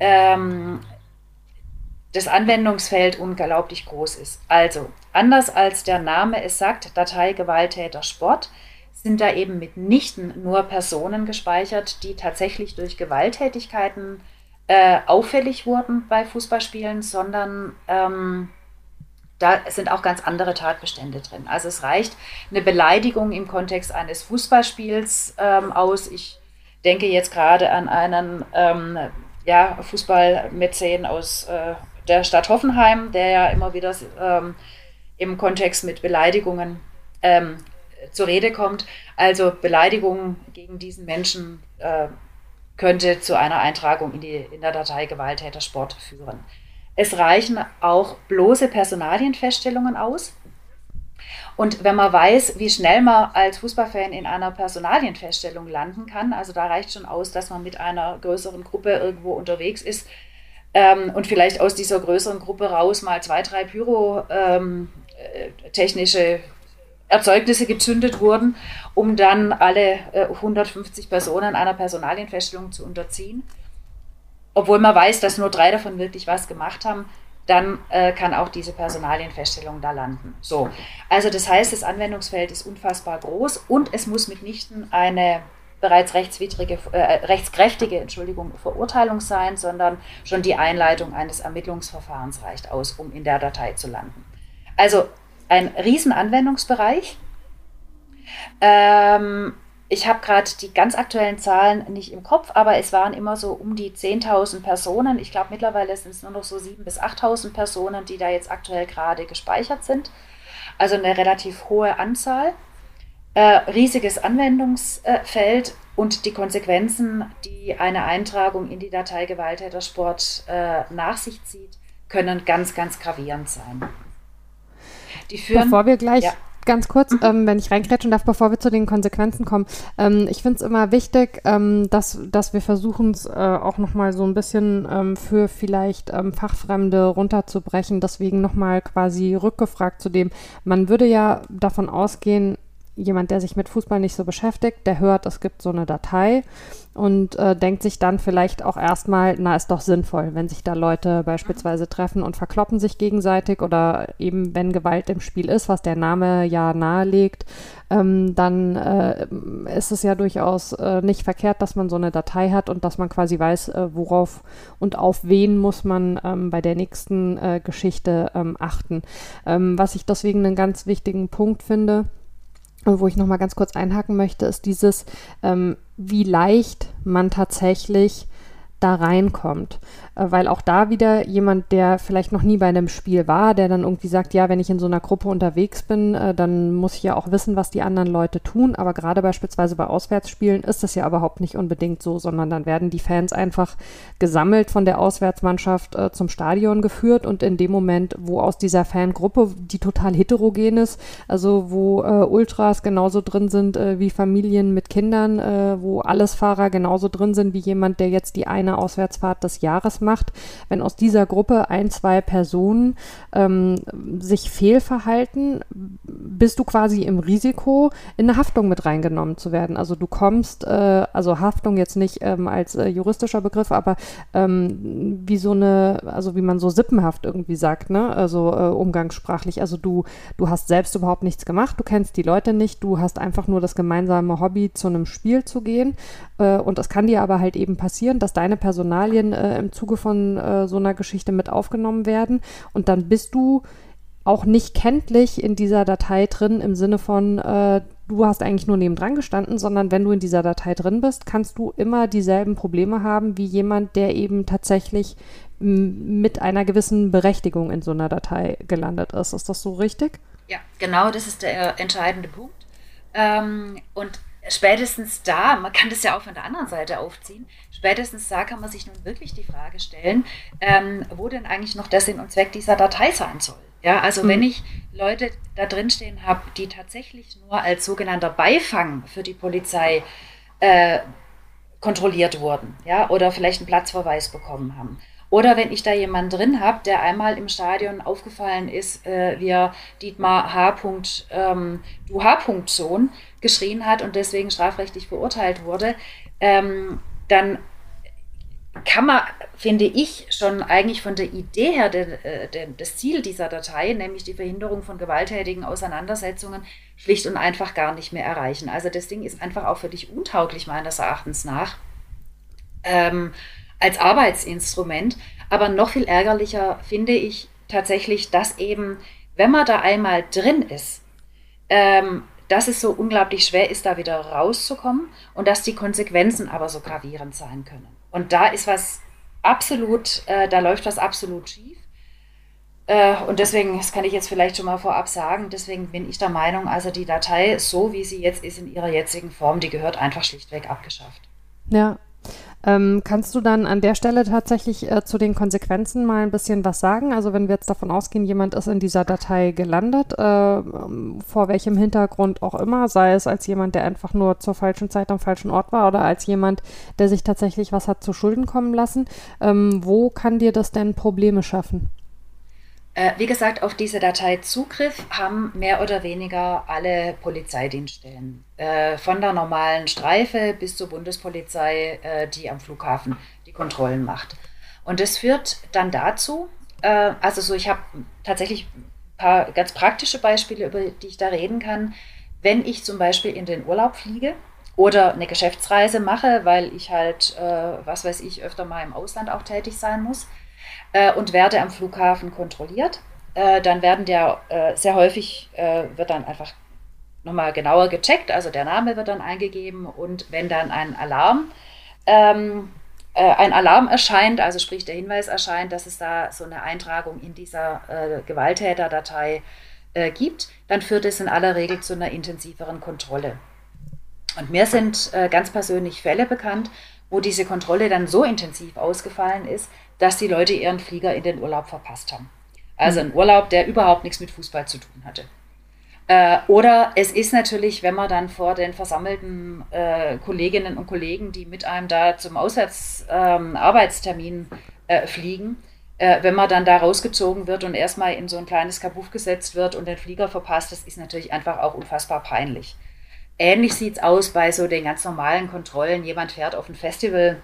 Speaker 4: das Anwendungsfeld unglaublich groß ist. Also, anders als der Name es sagt, Datei Gewalttäter Sport, sind da eben mitnichten nur Personen gespeichert, die tatsächlich durch Gewalttätigkeiten auffällig wurden bei Fußballspielen, sondern da sind auch ganz andere Tatbestände drin. Also es reicht eine Beleidigung im Kontext eines Fußballspiels aus. Ich denke jetzt gerade an einen Fußballmäzen aus der Stadt Hoffenheim, der ja immer wieder im Kontext mit Beleidigungen zur Rede kommt. Also Beleidigung gegen diesen Menschen könnte zu einer Eintragung in der Datei Gewalttäter Sport führen. es reichen auch bloße Personalienfeststellungen aus. Und wenn man weiß, wie schnell man als Fußballfan in einer Personalienfeststellung landen kann, also da reicht schon aus, dass man mit einer größeren Gruppe irgendwo unterwegs ist und vielleicht aus dieser größeren Gruppe raus mal 2, 3 pyrotechnische Erzeugnisse gezündet wurden, um dann alle 150 Personen einer Personalienfeststellung zu unterziehen. Obwohl man weiß, dass nur 3 davon wirklich was gemacht haben, dann kann auch diese Personalienfeststellung da landen. So, also das heißt, das Anwendungsfeld ist unfassbar groß und es muss mitnichten eine bereits rechtskräftige Verurteilung sein, sondern schon die Einleitung eines Ermittlungsverfahrens reicht aus, um in der Datei zu landen. Also ein riesen Anwendungsbereich. Ich habe gerade die ganz aktuellen Zahlen nicht im Kopf, aber es waren immer so um die 10.000 Personen. Ich glaube, mittlerweile sind es nur noch so 7.000 bis 8.000 Personen, die da jetzt aktuell gerade gespeichert sind. Also eine relativ hohe Anzahl. Riesiges Anwendungsfeld und die Konsequenzen, die eine Eintragung in die Datei Gewalttätersport nach sich zieht, können ganz, ganz gravierend sein. Die führen,
Speaker 3: bevor wir gleich ganz kurz, wenn ich reingrätschen darf, bevor wir zu den Konsequenzen kommen. Ich finde es immer wichtig, dass wir versuchen, es auch nochmal so ein bisschen für vielleicht Fachfremde runterzubrechen. Deswegen nochmal quasi rückgefragt zu dem, man würde ja davon ausgehen, jemand, der sich mit Fußball nicht so beschäftigt, der hört, es gibt so eine Datei und denkt sich dann vielleicht auch erstmal, na, ist doch sinnvoll, wenn sich da Leute beispielsweise treffen und verkloppen sich gegenseitig oder eben, wenn Gewalt im Spiel ist, was der Name ja nahelegt, dann ist es ja durchaus nicht verkehrt, dass man so eine Datei hat und dass man quasi weiß, worauf und auf wen muss man bei der nächsten Geschichte achten. Was ich deswegen einen ganz wichtigen Punkt finde, wo ich nochmal ganz kurz einhaken möchte, ist dieses, wie leicht man tatsächlich da reinkommt. Weil auch da wieder jemand, der vielleicht noch nie bei einem Spiel war, der dann irgendwie sagt, ja, wenn ich in so einer Gruppe unterwegs bin, dann muss ich ja auch wissen, was die anderen Leute tun. Aber gerade beispielsweise bei Auswärtsspielen ist das ja überhaupt nicht unbedingt so, sondern dann werden die Fans einfach gesammelt von der Auswärtsmannschaft zum Stadion geführt und in dem Moment, wo aus dieser Fangruppe, die total heterogen ist, also wo Ultras genauso drin sind wie Familien mit Kindern, wo Allesfahrer genauso drin sind wie jemand, der jetzt die eine Auswärtsfahrt des Jahres macht, wenn aus dieser Gruppe 1, 2 Personen sich fehlverhalten, bist du quasi im Risiko, in eine Haftung mit reingenommen zu werden. Also du kommst, also Haftung jetzt nicht als juristischer Begriff, aber wie so eine, also wie man so sippenhaft irgendwie sagt, ne? Also umgangssprachlich. Also du hast selbst überhaupt nichts gemacht, du kennst die Leute nicht, du hast einfach nur das gemeinsame Hobby, zu einem Spiel zu gehen. Und es kann dir aber halt eben passieren, dass deine Personalien im Zuge von so einer Geschichte mit aufgenommen werden und dann bist du auch nicht kenntlich in dieser Datei drin im Sinne von, du hast eigentlich nur nebendran gestanden, sondern wenn du in dieser Datei drin bist, kannst du immer dieselben Probleme haben wie jemand, der eben tatsächlich mit einer gewissen Berechtigung in so einer Datei gelandet ist. Ist das so richtig?
Speaker 4: Ja, genau, das ist der entscheidende Punkt. Und spätestens da, man kann das ja auch von der anderen Seite aufziehen, spätestens da kann man sich nun wirklich die Frage stellen, wo denn eigentlich noch der Sinn und Zweck dieser Datei sein soll. Ja, also wenn ich Leute da drin stehen habe, die tatsächlich nur als sogenannter Beifang für die Polizei kontrolliert wurden, ja, oder vielleicht einen Platzverweis bekommen haben. Oder wenn ich da jemanden drin habe, der einmal im Stadion aufgefallen ist, wie er Dietmar H. Du H-Sohn geschrien hat und deswegen strafrechtlich verurteilt wurde, dann kann man, finde ich, schon eigentlich von der Idee her das Ziel dieser Datei, nämlich die Verhinderung von gewalttätigen Auseinandersetzungen, schlicht und einfach gar nicht mehr erreichen. Also das Ding ist einfach auch völlig untauglich meines Erachtens nach als Arbeitsinstrument. Aber noch viel ärgerlicher finde ich tatsächlich, dass eben, wenn man da einmal drin ist, dass es so unglaublich schwer ist, da wieder rauszukommen und dass die Konsequenzen aber so gravierend sein können. Und da ist was absolut, da läuft was absolut schief. Und deswegen, das kann ich jetzt vielleicht schon mal vorab sagen, deswegen bin ich der Meinung, also die Datei, so wie sie jetzt ist in ihrer jetzigen Form, die gehört einfach schlichtweg abgeschafft.
Speaker 3: Ja. Kannst du dann an der Stelle tatsächlich zu den Konsequenzen mal ein bisschen was sagen? Also wenn wir jetzt davon ausgehen, jemand ist in dieser Datei gelandet, vor welchem Hintergrund auch immer, sei es als jemand, der einfach nur zur falschen Zeit am falschen Ort war oder als jemand, der sich tatsächlich was hat zu Schulden kommen lassen, wo kann dir das denn Probleme schaffen?
Speaker 4: Wie gesagt, auf diese Datei Zugriff haben mehr oder weniger alle Polizeidienststellen. Von der normalen Streife bis zur Bundespolizei, die am Flughafen die Kontrollen macht. Und das führt dann dazu, ich habe tatsächlich ein paar ganz praktische Beispiele, über die ich da reden kann. Wenn ich zum Beispiel in den Urlaub fliege oder eine Geschäftsreise mache, weil ich halt, öfter mal im Ausland auch tätig sein muss, und werde am Flughafen kontrolliert, dann werden sehr häufig wird dann einfach nochmal genauer gecheckt, also der Name wird dann eingegeben und wenn dann ein Alarm erscheint, also sprich der Hinweis erscheint, dass es da so eine Eintragung in dieser Gewalttäterdatei gibt, dann führt es in aller Regel zu einer intensiveren Kontrolle. Und mir sind ganz persönlich Fälle bekannt, wo diese Kontrolle dann so intensiv ausgefallen ist, dass die Leute ihren Flieger in den Urlaub verpasst haben. Also ein Urlaub, der überhaupt nichts mit Fußball zu tun hatte. Oder es ist natürlich, wenn man dann vor den versammelten Kolleginnen und Kollegen, die mit einem da zum Arbeitstermin fliegen, wenn man dann da rausgezogen wird und erstmal in so ein kleines Kabuff gesetzt wird und den Flieger verpasst, das ist natürlich einfach auch unfassbar peinlich. Ähnlich sieht es aus bei so den ganz normalen Kontrollen. Jemand fährt auf ein Festival,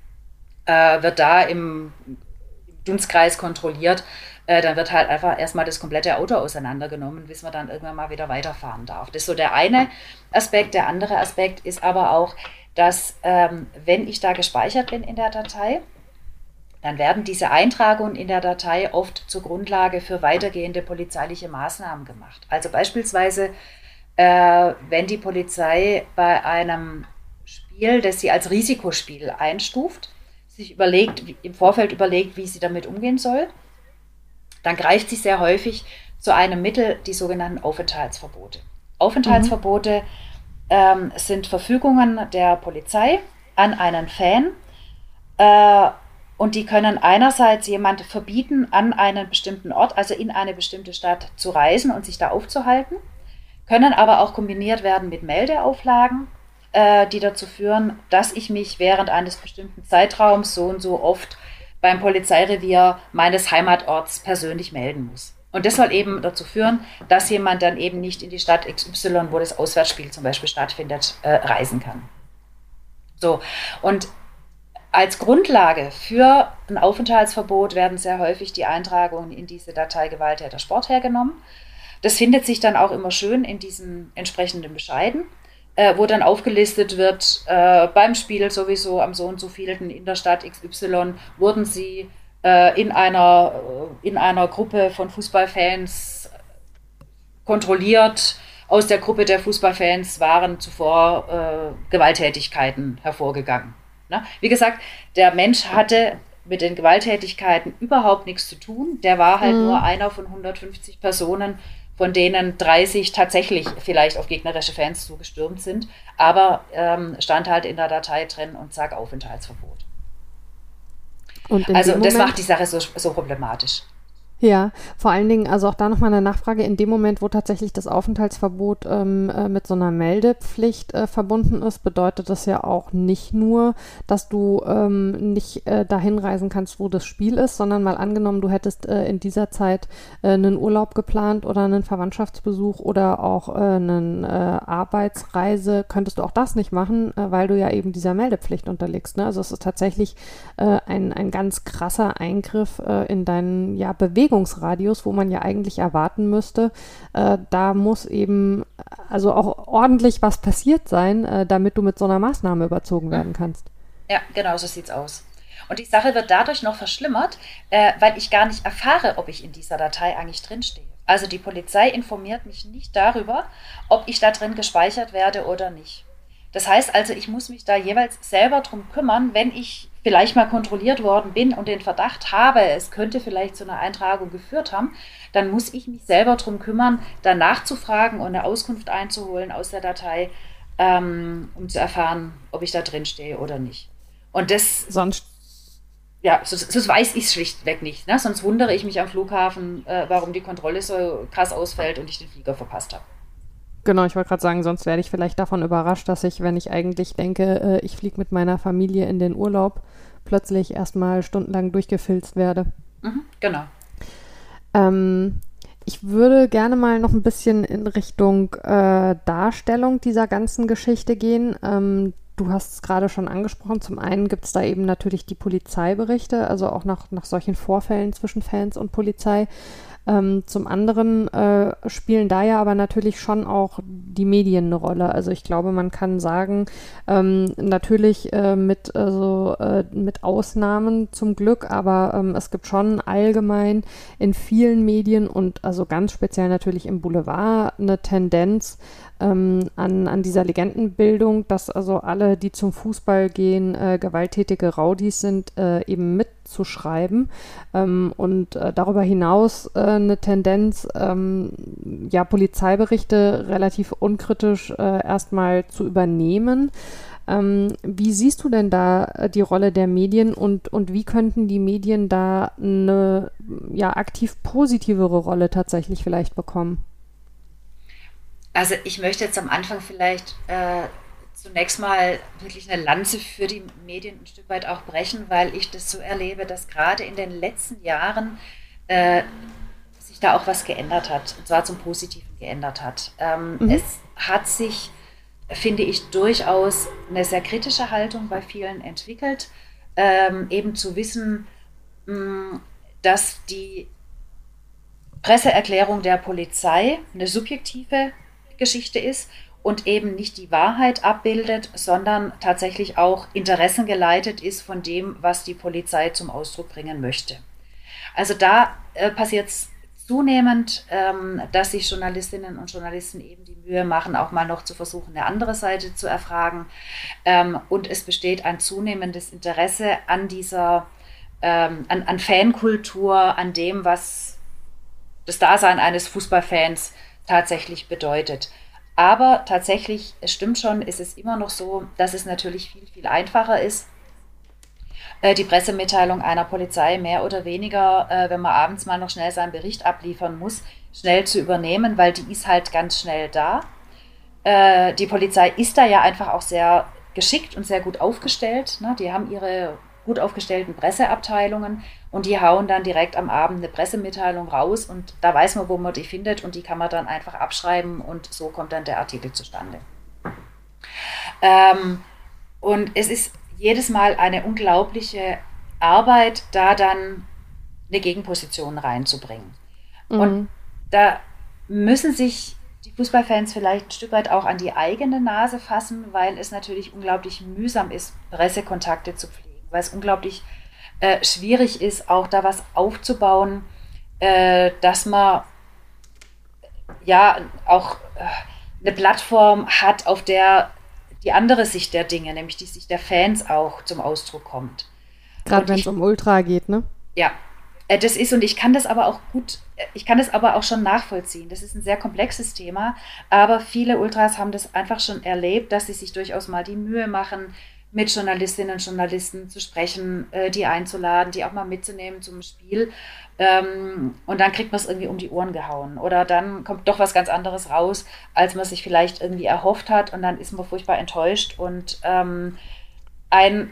Speaker 4: wird da im Dunstkreis kontrolliert, dann wird halt einfach erstmal das komplette Auto auseinandergenommen, bis man dann irgendwann mal wieder weiterfahren darf. Das ist so der eine Aspekt. Der andere Aspekt ist aber auch, dass wenn ich da gespeichert bin in der Datei, dann werden diese Eintragungen in der Datei oft zur Grundlage für weitergehende polizeiliche Maßnahmen gemacht. Also beispielsweise, wenn die Polizei bei einem Spiel, das sie als Risikospiel einstuft, sich im Vorfeld überlegt, wie sie damit umgehen soll, dann greift sie sehr häufig zu einem Mittel, die sogenannten Aufenthaltsverbote. Aufenthaltsverbote sind Verfügungen der Polizei an einen Fan und die können einerseits jemand verbieten, an einen bestimmten Ort, also in eine bestimmte Stadt zu reisen und sich da aufzuhalten, können aber auch kombiniert werden mit Meldeauflagen, die dazu führen, dass ich mich während eines bestimmten Zeitraums so und so oft beim Polizeirevier meines Heimatorts persönlich melden muss. Und das soll eben dazu führen, dass jemand dann eben nicht in die Stadt XY, wo das Auswärtsspiel zum Beispiel stattfindet, reisen kann. So, und als Grundlage für ein Aufenthaltsverbot werden sehr häufig die Eintragungen in diese Datei Gewalttäter Sport hergenommen. Das findet sich dann auch immer schön in diesen entsprechenden Bescheiden, wo dann aufgelistet wird, beim Spiel sowieso am so und so vielten in der Stadt XY wurden sie in einer Gruppe von Fußballfans kontrolliert. Aus der Gruppe der Fußballfans waren zuvor Gewalttätigkeiten hervorgegangen. Ne? Wie gesagt, der Mensch hatte mit den Gewalttätigkeiten überhaupt nichts zu tun. Der war halt nur einer von 150 Personen, von denen 30 tatsächlich vielleicht auf gegnerische Fans zugestürmt sind, aber stand halt in der Datei drin und zack, Aufenthaltsverbot. Und also das macht die Sache so problematisch.
Speaker 3: Ja, vor allen Dingen, also auch da nochmal eine Nachfrage, in dem Moment, wo tatsächlich das Aufenthaltsverbot mit so einer Meldepflicht verbunden ist, bedeutet das ja auch nicht nur, dass du nicht dahin reisen kannst, wo das Spiel ist, sondern mal angenommen, du hättest in dieser Zeit einen Urlaub geplant oder einen Verwandtschaftsbesuch oder auch eine Arbeitsreise, könntest du auch das nicht machen, weil du ja eben dieser Meldepflicht unterliegst. Ne? Also es ist tatsächlich ein ganz krasser Eingriff in deinen Bewegungsradius, wo man ja eigentlich erwarten müsste, da muss eben also auch ordentlich was passiert sein, damit du mit so einer Maßnahme überzogen werden kannst.
Speaker 4: Ja, genau, so sieht's aus. Und die Sache wird dadurch noch verschlimmert, weil ich gar nicht erfahre, ob ich in dieser Datei eigentlich drinstehe. Also die Polizei informiert mich nicht darüber, ob ich da drin gespeichert werde oder nicht. Das heißt also, ich muss mich da jeweils selber drum kümmern, wenn ich vielleicht mal kontrolliert worden bin und den Verdacht habe, es könnte vielleicht zu einer Eintragung geführt haben, dann muss ich mich selber drum kümmern, dann nachzufragen und eine Auskunft einzuholen aus der Datei, um zu erfahren, ob ich da drin stehe oder nicht. Und das...
Speaker 3: Sonst...
Speaker 4: Ja, sonst weiß ich es schlichtweg nicht. Ne? Sonst wundere ich mich am Flughafen, warum die Kontrolle so krass ausfällt und ich den Flieger verpasst habe.
Speaker 3: Genau, ich wollte gerade sagen, sonst werde ich vielleicht davon überrascht, dass ich, wenn ich eigentlich denke, ich fliege mit meiner Familie in den Urlaub, plötzlich erstmal stundenlang durchgefilzt werde.
Speaker 4: Genau.
Speaker 3: Ich würde gerne mal noch ein bisschen in Richtung Darstellung dieser ganzen Geschichte gehen. Du hast es gerade schon angesprochen. Zum einen gibt es da eben natürlich die Polizeiberichte, also auch nach solchen Vorfällen zwischen Fans und Polizei. Zum anderen spielen da ja aber natürlich schon auch die Medien eine Rolle. Also ich glaube, man kann sagen, natürlich mit Ausnahmen zum Glück, aber es gibt schon allgemein in vielen Medien und also ganz speziell natürlich im Boulevard eine Tendenz an dieser Legendenbildung, dass also alle, die zum Fußball gehen, gewalttätige Rowdies sind, eben mitzuschreiben und darüber hinaus eine Tendenz, Polizeiberichte relativ unkritisch erstmal zu übernehmen. Wie siehst du denn da die Rolle der Medien und wie könnten die Medien da eine aktiv positivere Rolle tatsächlich vielleicht bekommen?
Speaker 4: Also ich möchte jetzt am Anfang vielleicht zunächst mal wirklich eine Lanze für die Medien ein Stück weit auch brechen, weil ich das so erlebe, dass gerade in den letzten Jahren sich da auch was geändert hat, und zwar zum Positiven geändert hat. Es hat sich, finde ich, durchaus eine sehr kritische Haltung bei vielen entwickelt, eben zu wissen, dass die Presseerklärung der Polizei eine subjektive Geschichte ist und eben nicht die Wahrheit abbildet, sondern tatsächlich auch interessengeleitet ist von dem, was die Polizei zum Ausdruck bringen möchte. Also da passiert es zunehmend, dass sich Journalistinnen und Journalisten eben die Mühe machen, auch mal noch zu versuchen, eine andere Seite zu erfragen. Und es besteht ein zunehmendes Interesse an dieser, an Fankultur, an dem, was das Dasein eines Fußballfans tatsächlich bedeutet. Aber tatsächlich, es stimmt schon, ist es immer noch so, dass es natürlich viel, viel einfacher ist, die Pressemitteilung einer Polizei mehr oder weniger, wenn man abends mal noch schnell seinen Bericht abliefern muss, schnell zu übernehmen, weil die ist halt ganz schnell da. Die Polizei ist da ja einfach auch sehr geschickt und sehr gut aufgestellt. Ne? Die haben ihre gut aufgestellten Presseabteilungen und die hauen dann direkt am Abend eine Pressemitteilung raus und da weiß man, wo man die findet und die kann man dann einfach abschreiben und so kommt dann der Artikel zustande. Und es ist jedes Mal eine unglaubliche Arbeit, da dann eine Gegenposition reinzubringen. Und da müssen sich die Fußballfans vielleicht ein Stück weit auch an die eigene Nase fassen, weil es natürlich unglaublich mühsam ist, Pressekontakte zu pflegen, weil es unglaublich schwierig ist, auch da was aufzubauen, dass man ja auch eine Plattform hat, auf der die andere Sicht der Dinge, nämlich die Sicht der Fans auch zum Ausdruck kommt.
Speaker 3: Gerade wenn es um Ultra geht, ne?
Speaker 4: Ja, das ist, und ich kann das aber auch schon nachvollziehen. Das ist ein sehr komplexes Thema, aber viele Ultras haben das einfach schon erlebt, dass sie sich durchaus mal die Mühe machen, mit Journalistinnen und Journalisten zu sprechen, die einzuladen, die auch mal mitzunehmen zum Spiel. Und dann kriegt man es irgendwie um die Ohren gehauen. Oder dann kommt doch was ganz anderes raus, als man sich vielleicht irgendwie erhofft hat. Und dann ist man furchtbar enttäuscht. Und ein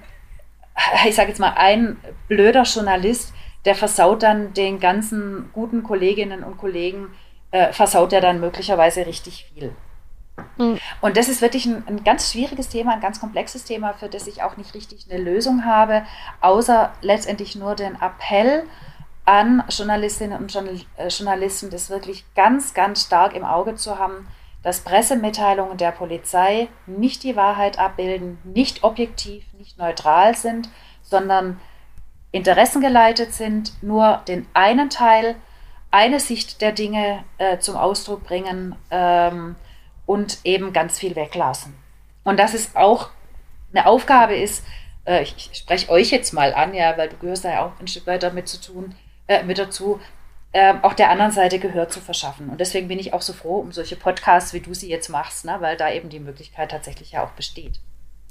Speaker 4: blöder Journalist, der versaut dann den ganzen guten Kolleginnen und Kollegen, versaut er dann möglicherweise richtig viel. Und das ist wirklich ein ganz schwieriges Thema, ein ganz komplexes Thema, für das ich auch nicht richtig eine Lösung habe, außer letztendlich nur den Appell an Journalistinnen und Journalisten, das wirklich ganz, ganz stark im Auge zu haben, dass Pressemitteilungen der Polizei nicht die Wahrheit abbilden, nicht objektiv, nicht neutral sind, sondern interessengeleitet sind, nur den einen Teil, eine Sicht der Dinge zum Ausdruck bringen, und eben ganz viel weglassen. Und dass es auch eine Aufgabe ist, ich spreche euch jetzt mal an, ja, weil du gehörst da ja auch ein Stück weit damit mit dazu, auch der anderen Seite Gehör zu verschaffen. Und deswegen bin ich auch so froh um solche Podcasts, wie du sie jetzt machst, ne, weil da eben die Möglichkeit tatsächlich ja auch besteht.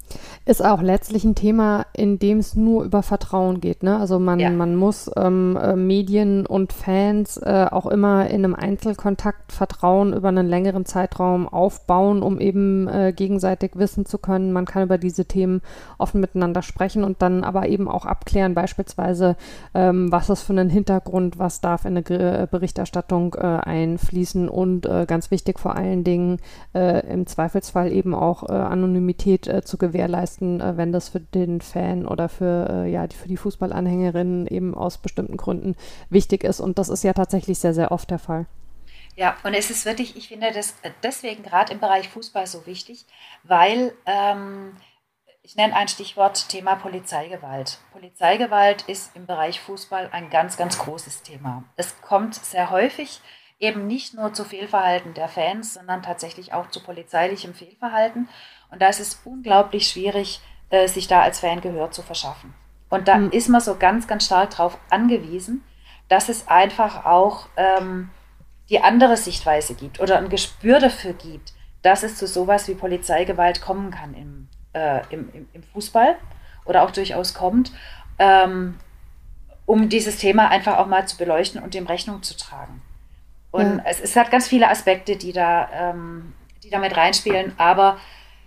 Speaker 3: Ist auch letztlich ein Thema, in dem es nur über Vertrauen geht, ne? Also man muss Medien und Fans auch immer in einem Einzelkontakt Vertrauen über einen längeren Zeitraum aufbauen, um eben gegenseitig wissen zu können, man kann über diese Themen offen miteinander sprechen und dann aber eben auch abklären, beispielsweise, was ist für einen Hintergrund, was darf in eine Berichterstattung einfließen und ganz wichtig vor allen Dingen im Zweifelsfall eben auch Anonymität zu gewährleisten, wenn das für den Fan oder für die Fußballanhängerinnen eben aus bestimmten Gründen wichtig ist. Und das ist ja tatsächlich sehr, sehr oft der Fall.
Speaker 4: Ja, und es ist wirklich, ich finde das deswegen gerade im Bereich Fußball so wichtig, weil ich nenne ein Stichwort Thema Polizeigewalt. Polizeigewalt ist im Bereich Fußball ein ganz, ganz großes Thema. Es kommt sehr häufig eben nicht nur zu Fehlverhalten der Fans, sondern tatsächlich auch zu polizeilichem Fehlverhalten. Und da ist es unglaublich schwierig, sich da als Fan Gehör zu verschaffen. Und da ist man so ganz, ganz stark darauf angewiesen, dass es einfach auch die andere Sichtweise gibt oder ein Gespür dafür gibt, dass es zu sowas wie Polizeigewalt kommen kann im Fußball oder auch durchaus kommt, um dieses Thema einfach auch mal zu beleuchten und dem Rechnung zu tragen. Und es hat ganz viele Aspekte, die da mit reinspielen, aber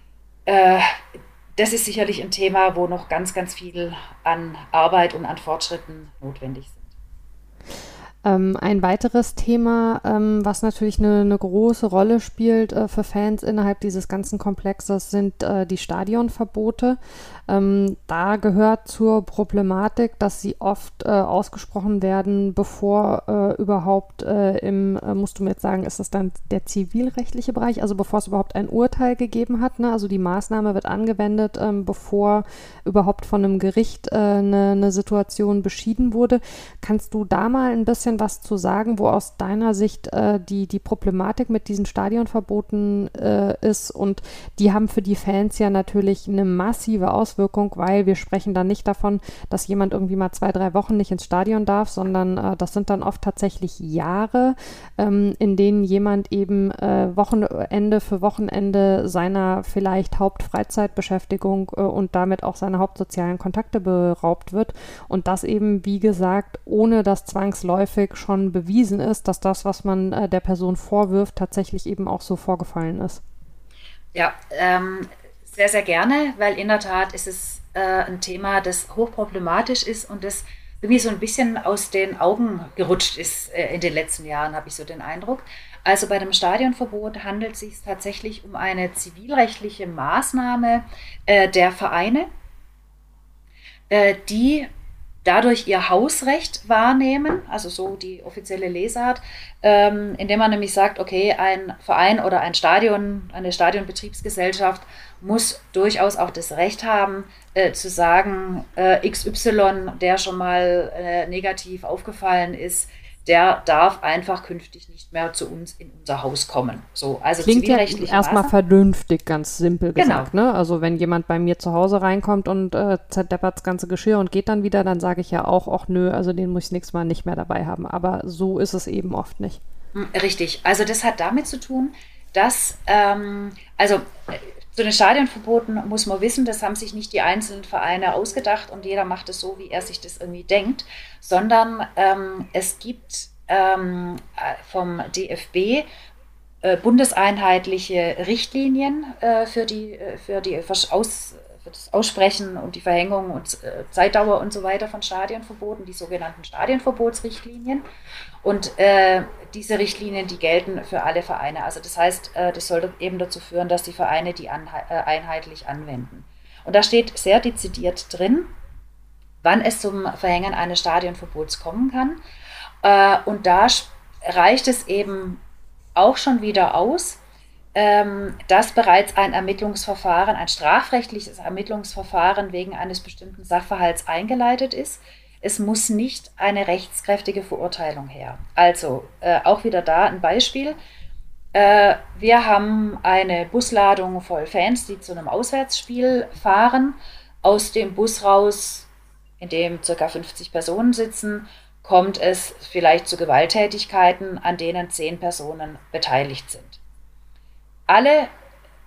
Speaker 4: das ist sicherlich ein Thema, wo noch ganz, ganz viel an Arbeit und an Fortschritten notwendig sind.
Speaker 3: Ein weiteres Thema, was natürlich eine große Rolle spielt für Fans innerhalb dieses ganzen Komplexes, sind die Stadionverbote. Da gehört zur Problematik, dass sie oft ausgesprochen werden, bevor überhaupt musst du mir jetzt sagen, ist das dann der zivilrechtliche Bereich, also bevor es überhaupt ein Urteil gegeben hat, ne? Also die Maßnahme wird angewendet, bevor überhaupt von einem Gericht eine Situation beschieden wurde. Kannst du da mal ein bisschen was zu sagen, wo aus deiner Sicht die Problematik mit diesen Stadionverboten ist? Und die haben für die Fans ja natürlich eine massive Auswirkung, weil wir sprechen dann nicht davon, dass jemand irgendwie mal 2-3 Wochen nicht ins Stadion darf, sondern das sind dann oft tatsächlich Jahre, in denen jemand eben Wochenende für Wochenende seiner vielleicht Hauptfreizeitbeschäftigung und damit auch seiner hauptsozialen Kontakte beraubt wird. Und das eben, wie gesagt, ohne dass zwangsläufig schon bewiesen ist, dass das, was man der Person vorwirft, tatsächlich eben auch so vorgefallen ist.
Speaker 4: Ja, sehr, sehr gerne, weil in der Tat ist es ein Thema, das hochproblematisch ist und das irgendwie so ein bisschen aus den Augen gerutscht ist in den letzten Jahren, habe ich so den Eindruck. Also bei dem Stadionverbot handelt es sich tatsächlich um eine zivilrechtliche Maßnahme der Vereine, die dadurch ihr Hausrecht wahrnehmen, also so die offizielle Lesart, indem man nämlich sagt, okay, ein Verein oder ein Stadion, eine Stadionbetriebsgesellschaft muss durchaus auch das Recht haben, zu sagen, XY, der schon mal negativ aufgefallen ist, der darf einfach künftig nicht mehr zu uns in unser Haus kommen. So, also
Speaker 3: klingt ja erstmal vernünftig, ganz simpel gesagt. Genau. Ne? Also wenn jemand bei mir zu Hause reinkommt und zerdeppert das ganze Geschirr und geht dann wieder, dann sage ich ja auch, ach nö, also den muss ich nächstes Mal nicht mehr dabei haben. Aber so ist es eben oft nicht.
Speaker 4: Richtig. Also das hat damit zu tun, dass, zu den Stadionverboten muss man wissen, das haben sich nicht die einzelnen Vereine ausgedacht und jeder macht es so, wie er sich das irgendwie denkt, sondern es gibt vom DFB bundeseinheitliche Richtlinien für das Aussprechen und die Verhängung und Zeitdauer und so weiter von Stadionverboten, die sogenannten Stadionverbotsrichtlinien. Und diese Richtlinien, die gelten für alle Vereine. Also das heißt, das soll eben dazu führen, dass die Vereine die einheitlich anwenden. Und da steht sehr dezidiert drin, wann es zum Verhängen eines Stadionverbots kommen kann. Und da reicht es eben auch schon wieder aus, dass bereits ein Ermittlungsverfahren, ein strafrechtliches Ermittlungsverfahren wegen eines bestimmten Sachverhalts eingeleitet ist. Es muss nicht eine rechtskräftige Verurteilung her. Also auch wieder da ein Beispiel. Wir haben eine Busladung voll Fans, die zu einem Auswärtsspiel fahren. Aus dem Bus raus, in dem ca. 50 Personen sitzen, kommt es vielleicht zu Gewalttätigkeiten, an denen 10 Personen beteiligt sind. Alle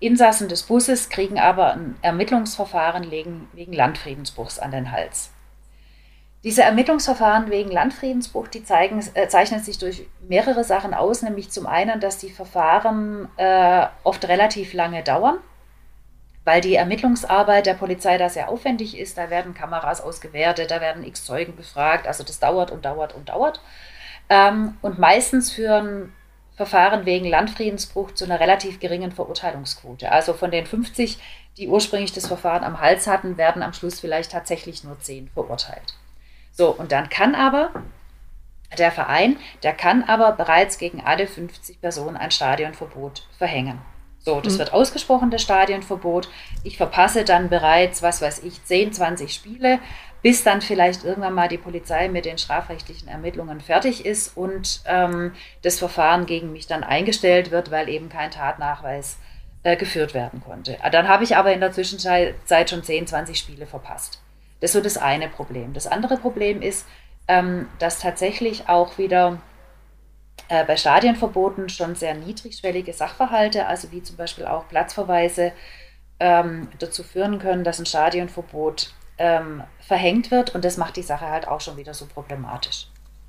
Speaker 4: Insassen des Busses kriegen aber ein Ermittlungsverfahren wegen Landfriedensbruchs an den Hals. Diese Ermittlungsverfahren wegen Landfriedensbruch, die zeichnen sich durch mehrere Sachen aus, nämlich zum einen, dass die Verfahren oft relativ lange dauern, weil die Ermittlungsarbeit der Polizei da sehr aufwendig ist. Da werden Kameras ausgewertet, da werden x Zeugen befragt, also das dauert und dauert und dauert. Und meistens führen Verfahren wegen Landfriedensbruch zu einer relativ geringen Verurteilungsquote. Also von den 50, die ursprünglich das Verfahren am Hals hatten, werden am Schluss vielleicht tatsächlich nur 10 verurteilt. So, und dann kann aber der Verein, der kann aber bereits gegen alle 50 Personen ein Stadionverbot verhängen. So, das wird ausgesprochen, das Stadionverbot. Ich verpasse dann bereits, 10, 20 Spiele, bis dann vielleicht irgendwann mal die Polizei mit den strafrechtlichen Ermittlungen fertig ist und das Verfahren gegen mich dann eingestellt wird, weil eben kein Tatnachweis geführt werden konnte. Dann habe ich aber in der Zwischenzeit schon 10, 20 Spiele verpasst. Das ist so das eine Problem. Das andere Problem ist, dass tatsächlich auch wieder bei Stadionverboten schon sehr niedrigschwellige Sachverhalte, also wie zum Beispiel auch Platzverweise, dazu führen können, dass ein Stadionverbot verhängt wird, und das macht die Sache halt auch schon wieder so problematisch.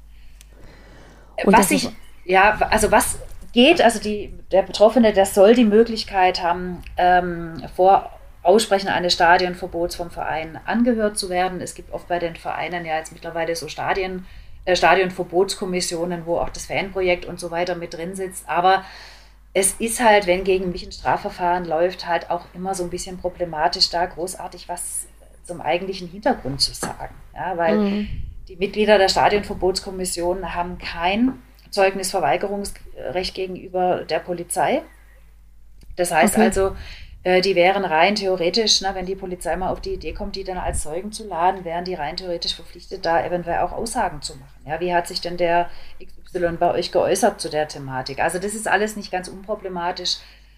Speaker 4: Was geht, also der Betroffene, der soll die Möglichkeit haben, vor Aussprechen eines Stadionverbots vom Verein angehört zu werden. Es gibt oft bei den Vereinen ja jetzt mittlerweile so Stadionverbotskommissionen, wo auch das Fanprojekt und so weiter mit drin sitzt. Aber es ist halt, wenn gegen mich ein Strafverfahren läuft, halt auch immer so ein bisschen problematisch, da großartig was zum eigentlichen Hintergrund zu sagen. Ja, weil die Mitglieder der Stadionverbotskommission haben kein Zeugnisverweigerungsrecht gegenüber der Polizei. Das heißt also, die wären rein theoretisch, wenn die Polizei mal auf die Idee kommt, die dann als Zeugen zu laden, wären die rein theoretisch verpflichtet, da eventuell auch Aussagen zu machen. Ja, wie hat sich denn der XY bei euch geäußert zu der Thematik? Also das ist alles nicht ganz unproblematisch.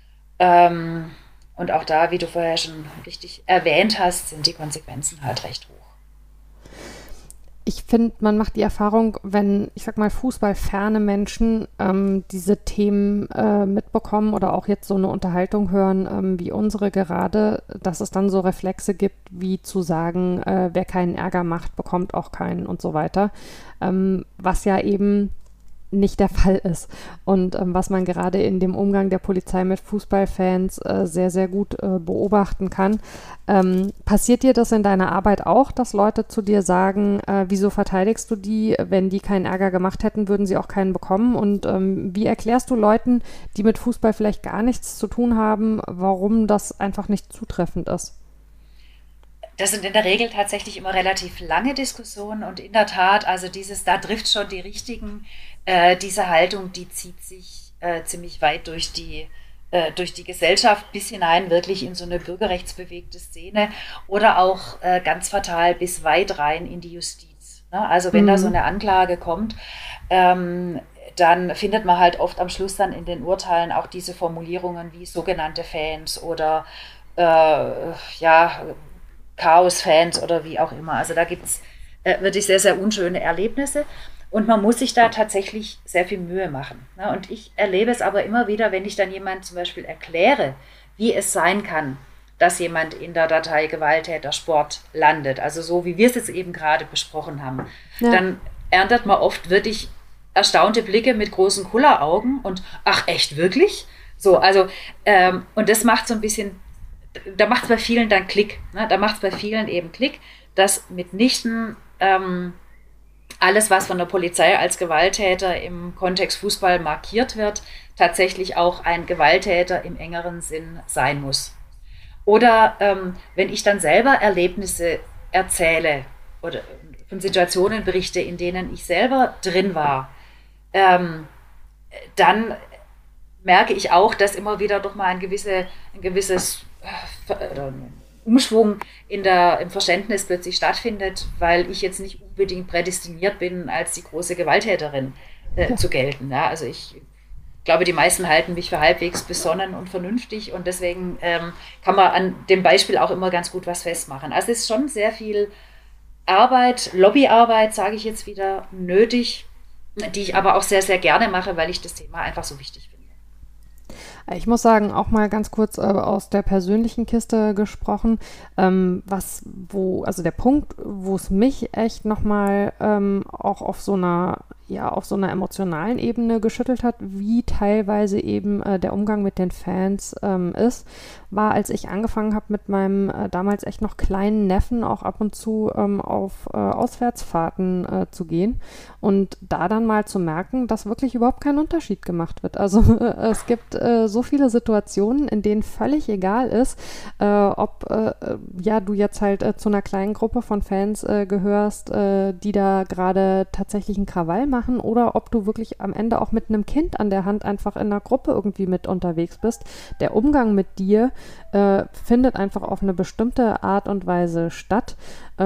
Speaker 4: Und auch da, wie du vorher schon richtig erwähnt hast, sind die Konsequenzen halt recht hoch.
Speaker 3: Ich finde, man macht die Erfahrung, wenn, ich sag mal, fußballferne Menschen diese Themen mitbekommen oder auch jetzt so eine Unterhaltung hören, wie unsere gerade, dass es dann so Reflexe gibt, wie zu sagen, wer keinen Ärger macht, bekommt auch keinen und so weiter, was ja eben nicht der Fall ist. Und was man gerade in dem Umgang der Polizei mit Fußballfans sehr, sehr gut beobachten kann. Passiert dir das in deiner Arbeit auch, dass Leute zu dir sagen, wieso verteidigst du die? Wenn die keinen Ärger gemacht hätten, würden sie auch keinen bekommen. Und wie erklärst du Leuten, die mit Fußball vielleicht gar nichts zu tun haben, warum das einfach nicht zutreffend ist?
Speaker 4: Das sind in der Regel tatsächlich immer relativ lange Diskussionen, und in der Tat, also da trifft schon die Richtigen, diese Haltung, die zieht sich ziemlich weit durch die Gesellschaft bis hinein wirklich in so eine bürgerrechtsbewegte Szene oder auch ganz fatal bis weit rein in die Justiz. Ne? Also wenn da so eine Anklage kommt, dann findet man halt oft am Schluss dann in den Urteilen auch diese Formulierungen wie sogenannte Fans oder Chaos-Fans oder wie auch immer. Also da gibt es wirklich sehr, sehr unschöne Erlebnisse, und man muss sich da tatsächlich sehr viel Mühe machen. Ne? Und ich erlebe es aber immer wieder, wenn ich dann jemand zum Beispiel erkläre, wie es sein kann, dass jemand in der Datei Gewalttätersport landet, also so wie wir es jetzt eben gerade besprochen haben, dann erntet man oft wirklich erstaunte Blicke mit großen Kulleraugen und ach echt, wirklich? So, also und das macht so ein bisschen, da macht es bei vielen dann Klick, ne? Da macht es bei vielen eben Klick, dass mitnichten alles, was von der Polizei als Gewalttäter im Kontext Fußball markiert wird, tatsächlich auch ein Gewalttäter im engeren Sinn sein muss. Oder wenn ich dann selber Erlebnisse erzähle oder von Situationen berichte, in denen ich selber drin war, dann merke ich auch, dass immer wieder doch mal ein gewisses Umschwung im Verständnis plötzlich stattfindet, weil ich jetzt nicht unbedingt prädestiniert bin, als die große Gewalttäterin zu gelten. Ja? Also ich glaube, die meisten halten mich für halbwegs besonnen und vernünftig, und deswegen kann man an dem Beispiel auch immer ganz gut was festmachen. Also es ist schon sehr viel Arbeit, Lobbyarbeit, sage ich jetzt wieder, nötig, die ich aber auch sehr, sehr gerne mache, weil ich das Thema einfach so wichtig finde.
Speaker 3: Ich muss sagen, auch mal ganz kurz aus der persönlichen Kiste gesprochen, also der Punkt, wo es mich echt nochmal auch auf so einer emotionalen Ebene geschüttelt hat, wie teilweise eben der Umgang mit den Fans ist, war, als ich angefangen habe, mit meinem damals echt noch kleinen Neffen auch ab und zu auf Auswärtsfahrten zu gehen und da dann mal zu merken, dass wirklich überhaupt kein Unterschied gemacht wird. Also es gibt so viele Situationen, in denen völlig egal ist, ob du jetzt halt zu einer kleinen Gruppe von Fans gehörst, die da gerade tatsächlich einen Krawall machen, oder ob du wirklich am Ende auch mit einem Kind an der Hand einfach in einer Gruppe irgendwie mit unterwegs bist. Der Umgang mit dir findet einfach auf eine bestimmte Art und Weise statt,